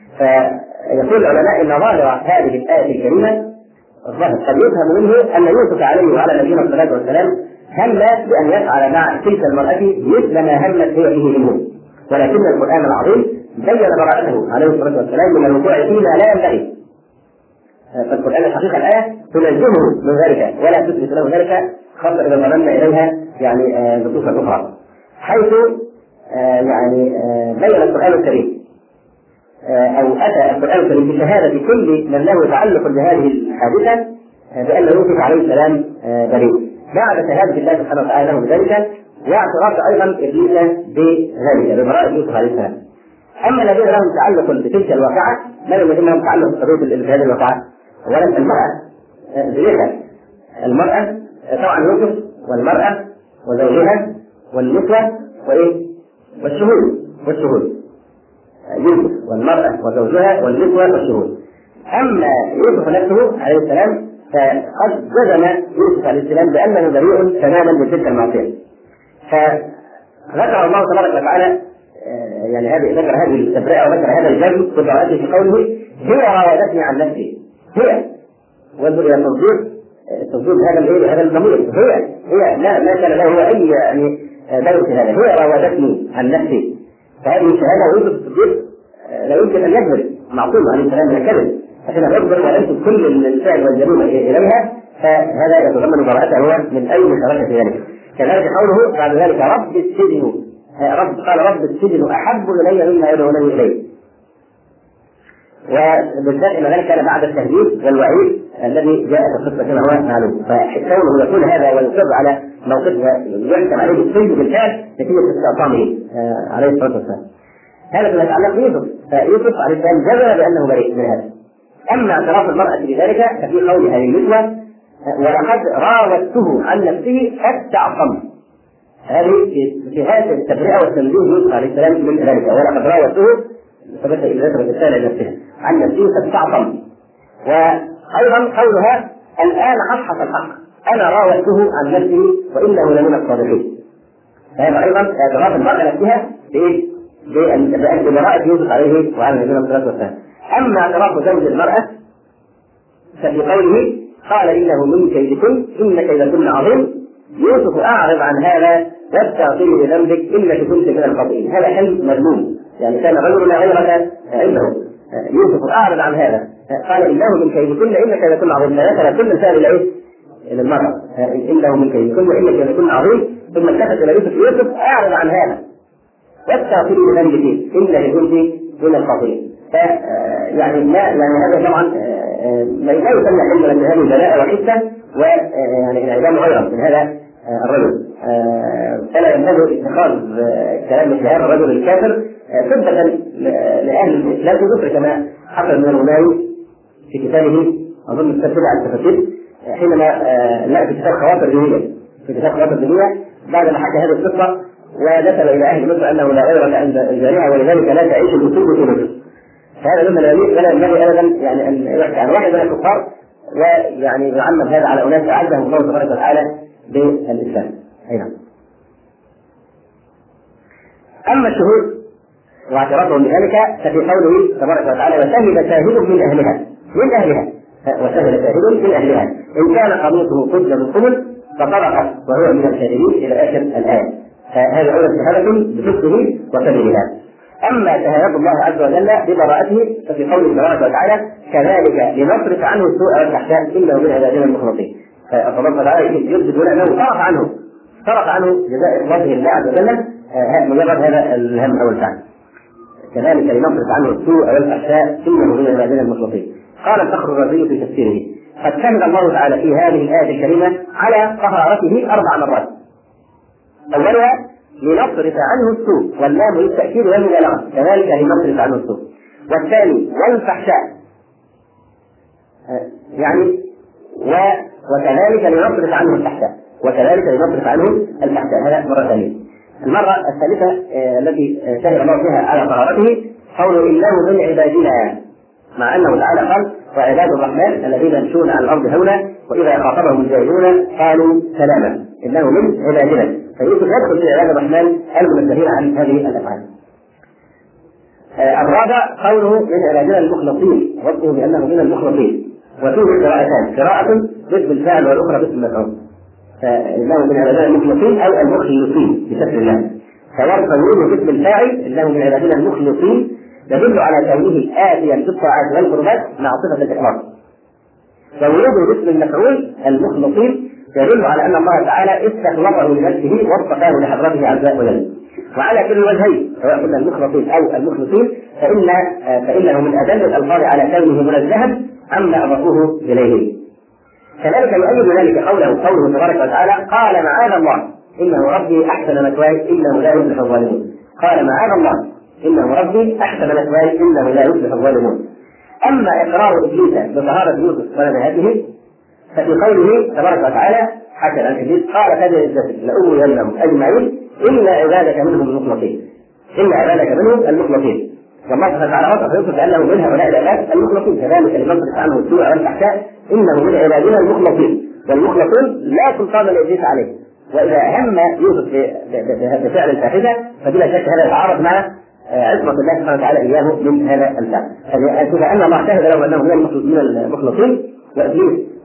Speaker 1: فيقول العلماء إن ظاهر هذه الآية الكريمة الظاهر قد يفهم منه أن يوسف عليه وعلى نبينا الصلاة والسلام هم بأن يفعل مع تلك المرأة مثل ما همت هي به منه، ولكن القرآن العظيم بين براءته عليه الصلاة والسلام من الوقوع فيما لا ينبغي. فالقرآن الحقيقة الآية تنزهه من ذلك ولا تثبت له ذلك، خاصة إذا ضمننا إليها يعني نصوصا أخرى، حيث يعني بين القرآن الكريم أو أتى القرآن الكريم بشهادة كل من له تعلق بهذه الحادثة بأن يوسف عليه السلام بريء، بعد شهادة الله سبحانه وتعالى له بذلك واعتراف أيضا إبليس بذلك ببراءة يوسف عليه السلام. أما الذين لهم تعلق بتلك الواقعة من الذين لهم تعلق بقضية بهذه الواقعة؟ أولا المرأة زليخة، المرأة طبعا يوسف والمرأة وزوجها والنسوة وإيه؟ والشهود والشهود يوسف والمرأة وزوجها والنسوة والشهود. أما يوسف نفسه عليه السلام فقد جزم يوسف عليه السلام بأنه بريء تماما من تلك المعصية. فذكر الله تبارك وتعالى يعني هذه ذكر هذه التبرئة وذكر هذا الجزم في دعاته في قوله: هي راودتني عن نفسي. هي وانظر إلى التنظير تزول هذا الايه هذا الضمير. هي هي لا ما كان له هو اي يعني دور في هذا، هي راودتني عن نفسي. فهذه الشهاده يوسف الصديق لا يمكن ان يكذب، معصوم عليه السلام من الكذب، عشان يخبر وينسب كل الفعل والجريمه اليها، فهذا يتضمن براءته هو من اي مشاركه في ذلك. كذلك قوله بعد ذلك رب السجن، رب قال رب السجن احب الي مما يدعونني اليه. وبالذات ان ذلك كان بعد التهديد والوعيد الذي جاء في القصه كما هو معلوم، فكونه يقول هذا ويصر على موقفها يحكم عليه بالسجن بالفعل نتيجه استعصامه عليه الصلاه والسلام. هذا فيما يتعلق بيوسف، فيوسف عليه السلام جزم بانه بريء من هذا. اما اعتراف المراه بذلك ففي قولها للنسوه ولقد راودته عن نفسه فاستعصم، هذه في غايه التبرئه والتنزيه يوسف عليه السلام من ذلك، ولقد راودته ثبت الى ذكر الرساله لنفسها عن نفسه فاستعصم. وايضا قولها الان حصحص الحق انا راودته عن نفسه وانه لمن الصادقين، هذا ايضا اعتراف المراه نفسها بايه؟ ببراءة يوسف عليه وعلى نبينا الصلاه والسلام. اما اعتراف زوج المراه ففي قوله قال انه من كيدكن ان كيدكن عظيم يوسف اعرض عن هذا واستغفري لذنبك انك كنت من الخاطئين. هذا حلم مذموم، يعني كان رجل لا غيرك عنده. يوسف اعرض عن هذا قال انه من كيدكن ان كيدكن عظيم، فذكر كل مثال الى ايه؟ الى المراه انه من كيدكن ان كيدكن عظيم، ثم التفت الى يوسف يوسف اعرض عن هذا واستغفري لذنبك انك كنت من الخاطئين. ف يعني ما يعني هذا طبعا لا يسمى حلما من هذه البلاء وحسه، ويعني انعدام غيره من هذا الرجل. فلا ينبغي اتخاذ كلام مثل هذا الرجل الكافر سبة لاهل الاسلام في مصر كما حصل من الغناوي في كتابه اظن التفسير على التفاسير حينما لا في كتاب خواطر دينيه في كتاب خواطر دينيه بعد ما حكى هذه القصه ونسب الى اهل مصر انه لا غيرك عند الجاريه ولذلك لا تعيش الاسود في مصر. فهذا مما لا يليق ولا ينبغي ابدا يعني ان يحكي عن واحد من الكفار ويعني يعمم هذا على اناس اعزهم الله تبارك وتعالى بالاسلام. اي نعم. اما الشهود واعترافهم بذلك ففي قوله تبارك وتعالى وشهد شاهد من اهلها من اهلها وشهد شاهد من اهلها ان كان قميصه قد من قبل فصدقت وهو من الكاذبين الى اخر الايه. فهذا اولى شهاده بصدقه وكذبها. اما شهادة الله عز وجل ببراءته ففي قوله تبارك وتعالى كذلك لنصرف عنه السوء والفحشاء انه من عبادنا المخلصين. فالله تعالى يثبت هنا انه صرف عنه صرف عنه جزاء الله الله عز وجل مجرد هذا الهم او الفعل. كذلك لنصرف عنه السوء والفحشاء انه من عبادنا المخلصين. قال الفخر الرازي في تفسيره قد شهد الله تعالى في هذه الايه الكريمه على طهارته اربع مرات. اولها لنصرف عنه السوء واللام للتأكيد والمبالغة كذلك لنصرف عنه السوء. والثاني والفحشاء يعني و... وكذلك لنصرف عنه الفحشاء وكذلك لنصرف عنه الفحشاء. هذا مرة ثانية. المرة الثالثة آه التي شهد الله فيها على طهارته قوله إنه من عبادنا، مع أنه تعالى قال وعباد الرحمن الذين يمشون على الأرض هونا وإذا خاطبهم الجاهلون قالوا سلاما إنه من عبادنا. فيوسف يدخل في عباد الرحمن المنزهين عن هذه الافعال. آه الرابع قوله من عبادنا المخلصين وصفه بانه من المخلصين وفيه قراءتان قراءة باسم الفاعل والاخرى باسم المفعول فانه من عبادنا المخلصين او المخلصين بشكل الله. فورد باسم الفاعل انه من عبادنا المخلصين يدل على كونه آتيا بالطاعات والقربات مع صفة الإخلاص. ووروده باسم المفعول المخلصين يدل على ان الله تعالى استخلصه لنفسه واصطفاه لحضرته عز وجل. وعلى كل وجهين سواء كنا المخلصين او المخلصين فان فانه من ادل الالفاظ على كونه منزها عما اضافوه اليه. كذلك يؤيد ذلك قوله قوله تبارك وتعالى قال معاذ الله انه ربي احسن مثواي انه لا يفلح الظالمون. قال معاذ الله انه ربي احسن مثواي انه لا يفلح الظالمون. اما اقرار ابليس بطهاره يوسف ونزاهته ففي قوله تبارك وتعالى حكى عن ابليس قال كذا الجسد لاغوينهم اجمعين الا عبادك منهم المخلصين الا عبادك منهم المخلصين. والله سبحانه وتعالى وصف يوسف بانه من هؤلاء العباد المخلصين كذلك لنصرف عنه السوء والفحشاء انه من عبادنا المخلصين. والمخلصون لا سلطان لابليس عليه. واذا هم يوسف بفعل الفاحشه فبلا شك هذا يتعارض مع عصمة الله سبحانه وتعالى اياه من هذا الفعل. فان الله شهد له انه من المخلصين وابليس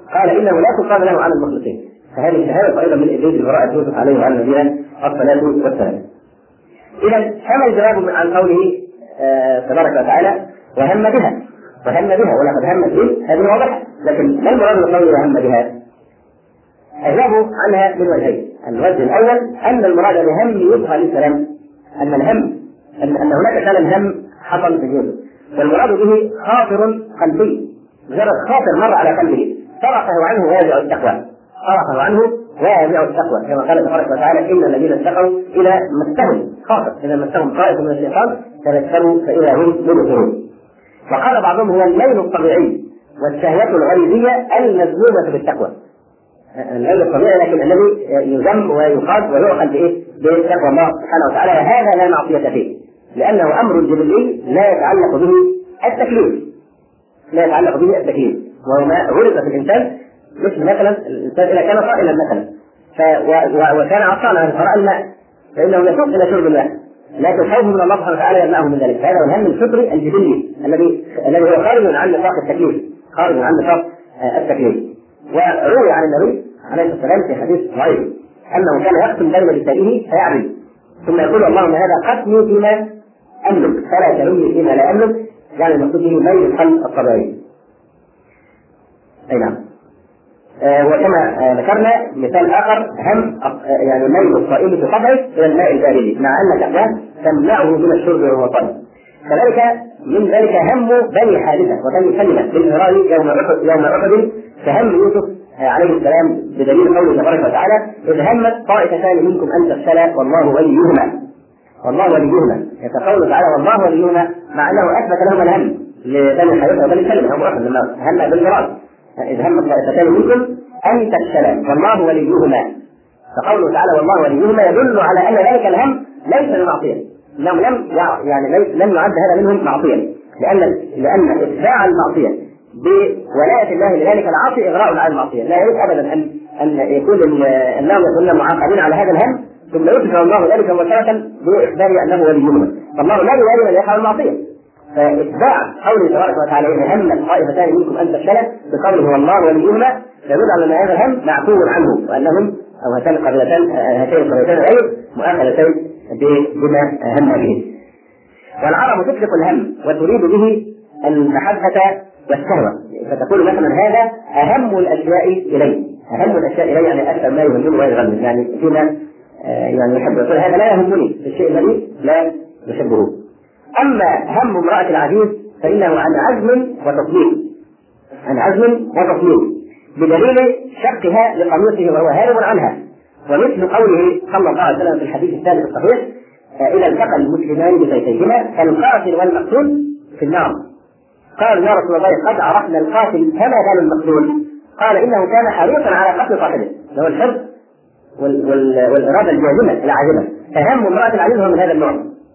Speaker 1: قال انه لا تقام له على المخلصين. فهذه الشهاده ايضا من ابليس وراء يوسف عليه وعلى نبينا الصلاه والسلام. اذا كما الجواب عن قوله آه تبارك وتعالى وهم بها وهم بها ولقد همت به، هذه واضحه، لكن ما المراد بقوله وهم بها؟ اجابوا عنها من وجهين. الوجه الاول ان المراد بهم يوسف عليه السلام ان الهم ان, أن هناك فعلا هم حصل في يوسف، والمراد به خاطر قلبي، مجرد خاطر مر على قلبه صرفه عنه ويرجع التقوى، صرفه عنه ويرجع التقوى، كما قال تبارك وتعالى ان الذين اتقوا اذا مسهم خاطر، اذا مسهم طائف من الشيطان تذكروا فاذا هم مبصرون. وقال بعضهم هو الميل الطبيعي والشهوة الغريزية المذمومة بالتقوى، الميل الطبيعي لكن الذي يذم ويقاد ويؤخذ بايه؟ بتقوى الله سبحانه وتعالى، وهذا لا معصية فيه لانه امر جبلي لا يتعلق به التكليف، لا يتعلق به التكليف، وهو ما غرس في الانسان، مثل مثلا الانسان اذا كان صائما مثلا وكان عطشانا فراى الماء فانه يشوق الى شرب الماء، لكن خوفه من الله سبحانه وتعالى يمنعه من ذلك. هذا هو الهم الفطري الجبلي الذي الذي هو خارج عن نطاق التكليف، خارج عن نطاق التكليف. وروي عن النبي عليه الصلاه والسلام في حديث ضعيف انه كان يقسم بين نسائه فيعدل ثم يقول اللهم هذا قسمي فيما املك فلا تلمني فيما لا املك، يعني المقصود به ميل القلب الطبيعي. اي نعم. آه وكما آه ذكرنا مثال اخر هم آه يعني ميل الصائم بطبعه الى الماء البارد مع ان الاحداث تمنعه من الشرب وهو طيب. كذلك من ذلك هم بني حارثه وبني سلمه بالهراء يوم احد يوم احد كهم يوسف آه عليه السلام بدليل قوله تبارك وتعالى اذ همت طائفتان منكم ان تفشلا والله وليهما، والله وليهما، يتقول تعالى والله وليهما مع انه اثبت لهم الهم لبني حارثه وبني سلمه هم احد لما هم بالهراء إذ هم طائفتان منكم أن تفشلا والله وليهما، فقوله تعالى والله وليهما يدل على أن ذلك الهم ليس بمعصية، لم لم يعني لم يعد هذا منهم معصية، لأن لأن إتباع المعصية بولاية الله لذلك العاصي إغراء على المعصية، لا يجوز أبدا أن أن يكون الناس يكونون معاقبين على هذا الهم ثم يدفع الله ذلك مباشرة بإخبار أنه وليهما، فالله لا يوالي من يفعل المعصية. فإتباع قوله تبارك وتعالى إن هم الطائفتان منكم أن تفشلا بقوله والله وليهما يدل على أن هذا الهم معفو عنه وأنهم أو هاتان القبيلتان هاتين القبيلتان غير مؤاخذتين بما هم به. والعرب تطلق الهم وتريد به المحبة والشهوة، فتقول مثلا هذا أهم الأشياء إلي، أهم الأشياء إلي يعني أكثر ما يهمني ويغني، يعني فيما يعني يحب يقول هذا لا يهمني في الشيء الذي لا يحبه. أما هم امرأة العزيز فإنه عن عزم وتصديق، عن عزم وتصديق بدليل شقها لقميصه وهو هارب عنها، ومثل قوله صلى الله عليه وسلم في الحديث الثالث الصحيح إذا التقى المسلمان بسيفيهما فالقاتل والمقتول في النار. قال يا رسول الله قد عرفنا القاتل فما بال المقتول؟ قال إنه كان حريصا على قتل صاحبه، وهو الحرص والإرادة الجازمة العازمة. فهم امرأة العزيز هو من هذا النوع،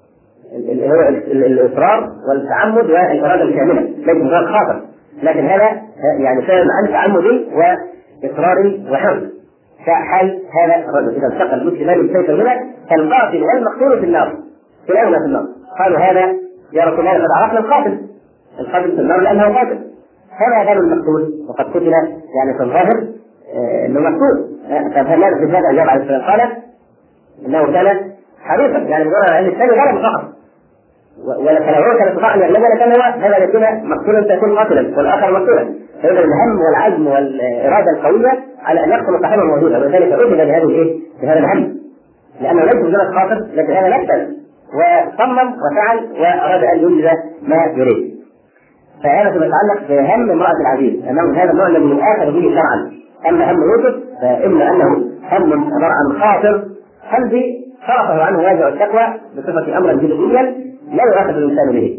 Speaker 1: هو الإصرار والتعمد والإرادة الكاملة، ليس مجرد خاطر، لكن هذا يعني فعل عن تعمد وإصرار وحرص. فحال هذا الرجل إذا التقى المسلمان بسيف هنا فالقاتل والمقتول في النار، في الأولى في النار. قالوا هذا يا رسول الله قد عرفنا القاتل، القاتل في النار لأنه قاتل، فما بال المقتول وقد قتل يعني في الظاهر انه مقتول. فهذا في هذا اجاب عليه السلام قال انه كان حريصا يعني بيقول ان الثاني غلب فقط، ولا فلو كان استطاع ان يغلب لكان هو هذا يكون مقتولا سيكون قاتلا والاخر مقتولا. فاذا الهم والعزم والاراده القويه على ان يقتل صاحبه موجوده، ولذلك اذن بهذه الايه؟ بهذا الهم، لانه ليس مجرد خاطر لكن هذا نفذ وصمم وفعل واراد ان ينجز ما يريد. فهذا فيما يتعلق بهم امراه العزيز انه من هذا النوع الذي يؤاخذ به شرعا. اما هم يوسف فاما انه هم عباره عن خاطر قلبي صرفه عنه واجع التقوى بصفه امرا جزئيا لا يؤاخذ الانسان به.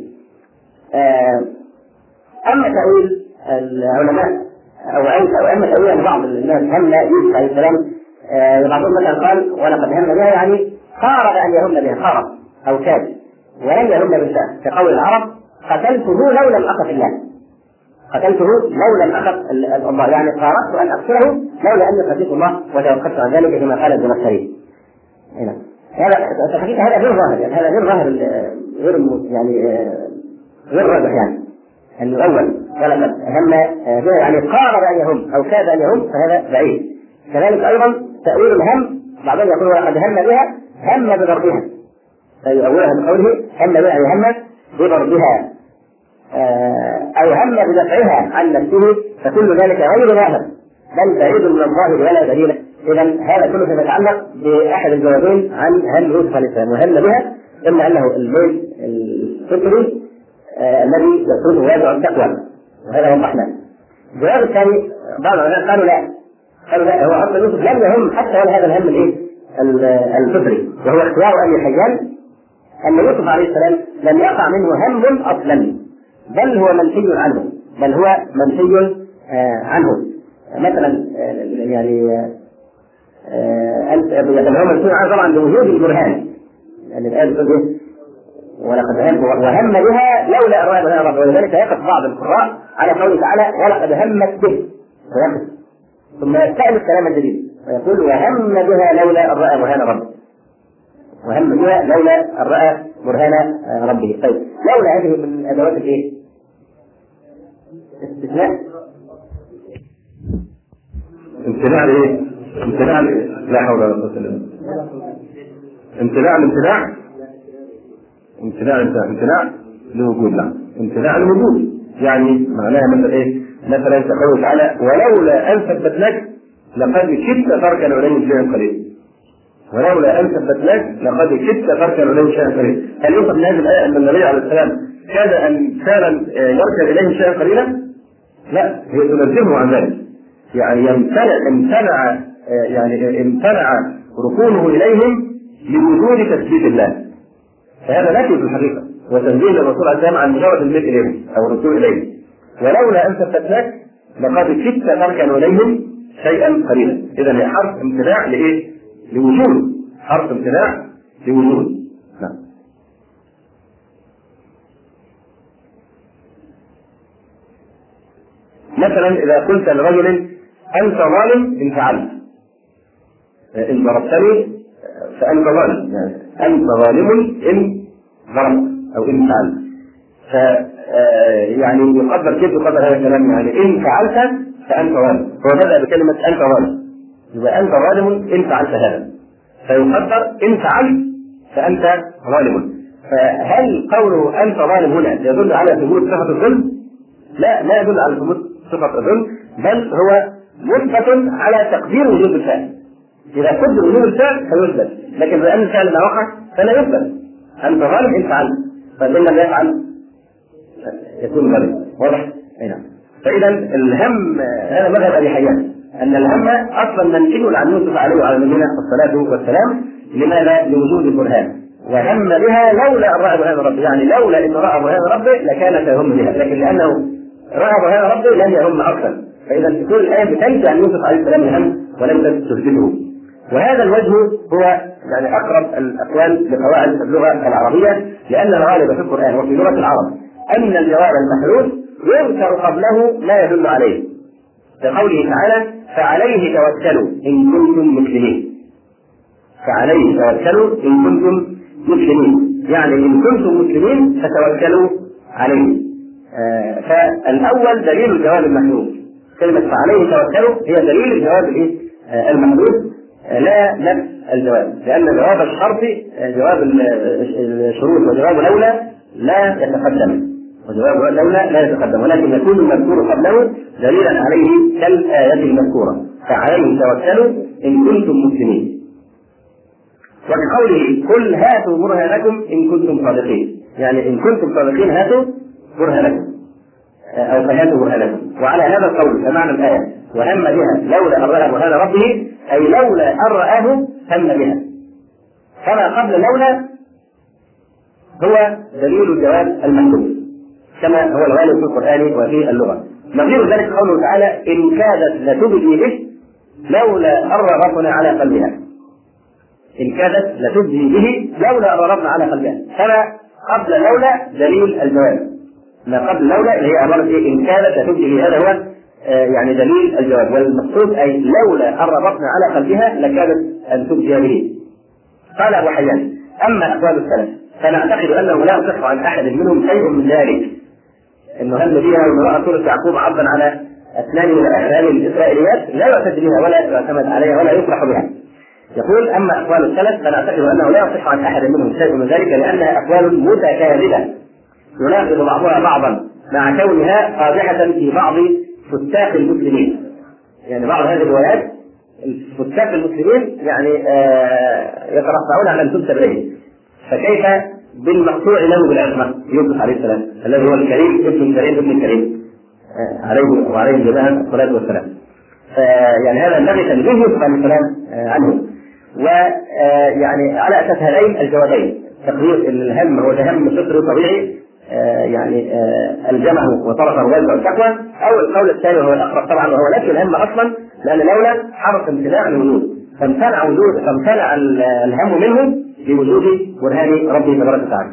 Speaker 1: اما تاويل العلماء او او اما تاويل بعض الناس هم يوسف عليه السلام، بعضهم مثلا قال ولقد هم بها يعني قارب ان يهم بها، قارب او كاد ولم يهم بالفعل، كقول العرب قتلته لو لم اخف الله، قتلته لو لم اخف الله، يعني قاربت ان اقتله لولا اني خشيت الله وتوقفت عن ذلك كما قال الزمخشري. هنا هذا الحقيقه هذا غير ظاهر، يعني هذا غير ظاهر غير يعني غير واضح، يعني انه اول ولقد هم بها يعني قارب ان يهم او كاد ان يهم، فهذا بعيد. كذلك ايضا تاويل الهم، بعضهم يقول ولقد هم بها هم بضربها، فيؤولها بقوله هم بها يعني هم بضربها او هم بدفعها عن نفسه، فكل ذلك غير ظاهر بل بعيد من الظاهر ولا دليل. اذا هذا كله يتعلق باحد الجوابين عن هل يوصف الاسلام وهم بها، اما انه الميل الفطري آه الذي يكون واجب التقوى، وهذا وضحناه. الجواب الثاني بعض العلماء قالوا لا، قالوا لا، هو اصلا يوسف لم يهم حتى ولا هذا الهم الايه الفطري، وهو اختيار ابي حيان ان يوسف عليه السلام لم يقع منه هم اصلا، بل هو منفي عنه، بل هو منفي آه عنه. مثلا آه يعني انت آه هو منفي عنه طبعا بوجود البرهان، يعني الآية بتقول ولقد هم وهم بها لولا أن رأى بها رب، ولذلك يقف بعض القراء على قوله تعالى ولقد همت به ويقف ثم يستأنف كلاما جديدا ويقول وهم بها لولا أن رأى برهان ربه، وهم بها لولا أن رأى برهان ربه. طيب لولا هذه من أدوات الإيه؟ استثناء
Speaker 2: امتناع الايه؟ امتناع لا حول ولا قوة الا بالله. امتناع الامتناع امتناع امتناع لوجود، لا امتناع الوجود، يعني معناها مثلا ايه؟ مثلا تقول تعالى ولولا ان ثبتناك لقد كدت تركن اليه شيئا قليلا، ولولا ان ثبتناك لقد كدت تركن اليه شيئا قليلا. هل يوصف من هذه الايه ان النبي عليه السلام كاد ان فعلا يركن اليه شيئا قليلا؟ لا، هي تنزهه عن ذلك، يعني يمتنع امتنع يعني امتنع ركونه اليهم لوجود تثبيت الله، فهذا نفي في الحقيقه وتنزيه للرسول عليه السلام عن مجرد الميل اليهم او الركون اليهم. ولولا ان ثبتناك لقد كدت تركن اليهم شيئا قليلا. اذا هي حرف امتناع لايه؟ لوجود، حرف امتناع لوجود. نعم. مثلا اذا قلت لرجل انت ظالم ان فعلت، ان ضربتني فانت ظالم، يعني انت ظالم ان ضربت او ان فعلت، ف يعني يقدر كيف يقدر هذا الكلام، يعني ان فعلت فانت ظالم، هو بدأ بكلمه انت ظالم، اذا انت ظالم ان فعلت هذا، فيقدر ان فعلت فانت ظالم. فهل قوله انت ظالم هنا يدل على ثبوت صفه الظلم؟ لا، لا يدل على ثبوت صفه الظلم، بل هو مثبت على تقدير وجود الفعل. اذا قدر وجود الفعل فيثبت، لكن لان الفعل لا وقع فلا يثبت. انت ظالم ان فعلت، فان لم يفعل يكون ظالم. واضح؟ اي نعم. فاذا الهم هذا مذهب ابي حيان ان الهم اصلا منفي عن يوسف عليه وعلى نبينا الصلاه والسلام. لماذا؟ لوجود البرهان، وهم بها لولا ان راى برهان ربه، يعني لولا انه راى برهان ربه لكان سيهم بها، لكن لانه راى برهان ربه لم يهم اكثر. فاذا تكون الايه بتنفي عن يوسف عليه السلام الهم ولم تثبته. وهذا الوجه هو يعني اقرب الاقوال لقواعد اللغه العربيه، لان الغالب في القران وفي لغه العرب ان الجواب المحذوف يذكر قبله ما يدل عليه، كقوله تعالى فعليه توكلوا ان كنتم مسلمين. فعليه توكلوا ان كنتم مسلمين، يعني ان كنتم مسلمين فتوكلوا عليه. آه فالاول دليل الجواب المحذوف، كلمه فعليه توكلوا هي دليل الجواب الايه آه المحذوف، آه لا نفس الجواب، لان جواب الشرط آه جواب الشروط وجواب لولا لا يتقدم، وجواب لولا لا يتقدم، ولكن يكون المذكور قبله دليلا عليه كالآية المذكورة فعليه توكلوا إن كنتم مسلمين. وكقوله قل هاتوا برهانكم إن كنتم صادقين، يعني إن كنتم صادقين هاتوا برهانكم أو فهاتوا برهانكم. وعلى هذا القول فمعنى الآية وهم بها لولا أن رأى برهان ربه، أي لولا أن رآه هم بها. فما قبل لولا هو دليل الجواب المحذوف كما هو الغالب في القرآن وفي اللغة. نظير ذلك قوله تعالى إن كادت لتبدي به لولا أن ربطنا على قلبها. إن كادت لتبدي به لولا أن ربطنا على قلبها، فما قبل لولا دليل الجواب، ما قبل لولا اللي هي عبارة إيه؟ إن كادت لتبدي به، هذا هو آه يعني دليل الجواب، والمقصود أي لولا أن ربطنا على قلبها لكادت أن تبدي به. قال أبو حيان أما أقوال السلف فنعتقد أنه لا يصح عن أحد منهم شيء من ذلك،
Speaker 1: انه هم بها وراء سوره يعقوب عرضا على اسنان واحلام الاسرائيليات لا يعتد بها ولا يعتمد عليها ولا يفرح بها. يقول اما اقوال السلف فنعتقد انه لا يصح عن احد منهم شيء من ذلك لانها اقوال متكاذبه يناقض بعضها بعضا مع كونها قادحه في بعض فتاك المسلمين. يعني بعض هذه الروايات فتاك المسلمين يعني آه يترفعون على ان تنسب اليه، فكيف بالمقطوع له بالعصمه يوسف عليه السلام الذي هو الكريم ابن الكريم ابن الكريم آه عليه وعليه جميعا الصلاه والسلام. فيعني هذا الذي تنبيه يوسف عليه السلام آه عنه. ويعني على اساس هذين الجوابين تقرير ان الهم هو هم فطري طبيعي آه يعني آه الجمه وطرف الغيب والتقوى، او القول الثاني وهو الاقرب طبعا وهو نفي الهم اصلا لان لولا حرص امتناع الوجود فامتنع وجود فامتنع الهم منه لوجود برهان ربه تبارك وتعالى.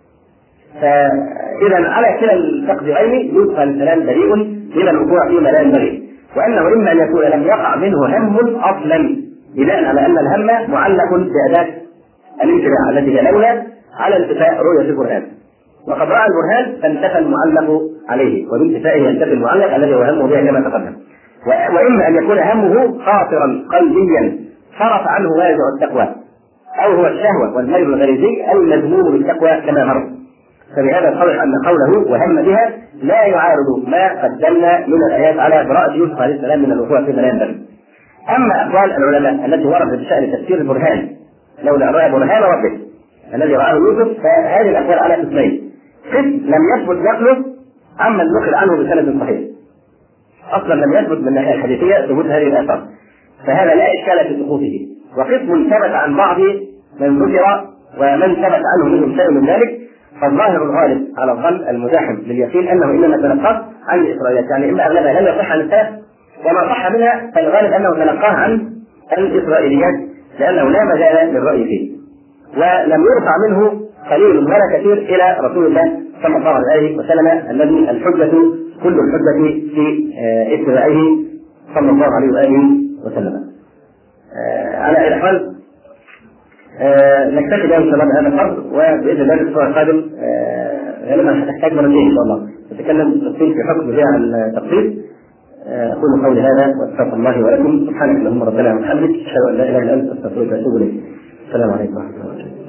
Speaker 1: فاذا على كلا التقديرين يوسف عليه السلام بريء من الوقوع فيما لا ينبغي، وانه اما ان يكون لم يقع منه هم اصلا بناء على ان الهم معلق باداه الامتناع التي هي لولا على انتفاء رؤيه البرهان، وقد راى البرهان فانتفى المعلق عليه وبانتفائه ينتفي المعلق الذي هو همه بها كما تقدم. واما ان يكون همه خاطرا قلبيا صرف عنه وازع التقوى او هو الشهوه والميل الغريزي المذموم بالتقوى كما مر. فبهذا يتضح ان قوله وهم بها لا يعارض ما قدمنا من الايات على براءه يوسف عليه السلام من الوقوع في لا ينبغي. اما اقوال العلماء التي وردت بشان تفسير البرهان لولا راى برهان ربه الذي راه يوسف فهذه الاقوال على قسمين. قسم لم يثبت نقله عمن نقل عنه بسند صحيح، اصلا لم يثبت من الناحيه الحديثيه ثبوت هذه الاثار فهذا لا اشكال في سقوطه. وقسم ثبت عن بعض من ذكر ومن ثبت عنه منهم شيء من ذلك، فالظاهر الغالب على الظن المزاحم لليقين انه انما تلقاه عن الاسرائيليات، يعني اما اغلبها لم يصح عن السلف وما صح منها فالغالب انه تلقاه عن الاسرائيليات لانه لا مجال للراي فيه، ولم يرفع منه قليل ولا كثير الى رسول الله صلى الله عليه وسلم الذي الحجه كل الحجه في اتباعه صلى الله عليه واله وسلم. آه على اي حال آه نكتفي بها ان شاء الله بهذا الفرض، وباذن الله الاسبوع القادم آه غالبا هتحتاج مرتين ان شاء الله نتكلم بالتفصيل في حكم بيع التقسيط. اقول قولي هذا واستغفر الله ولكم. سبحانك اللهم ربنا وبحمدك اشهد ان لا اله الا انت استغفرك واتوب اليك. السلام عليكم ورحمه الله وبركاته.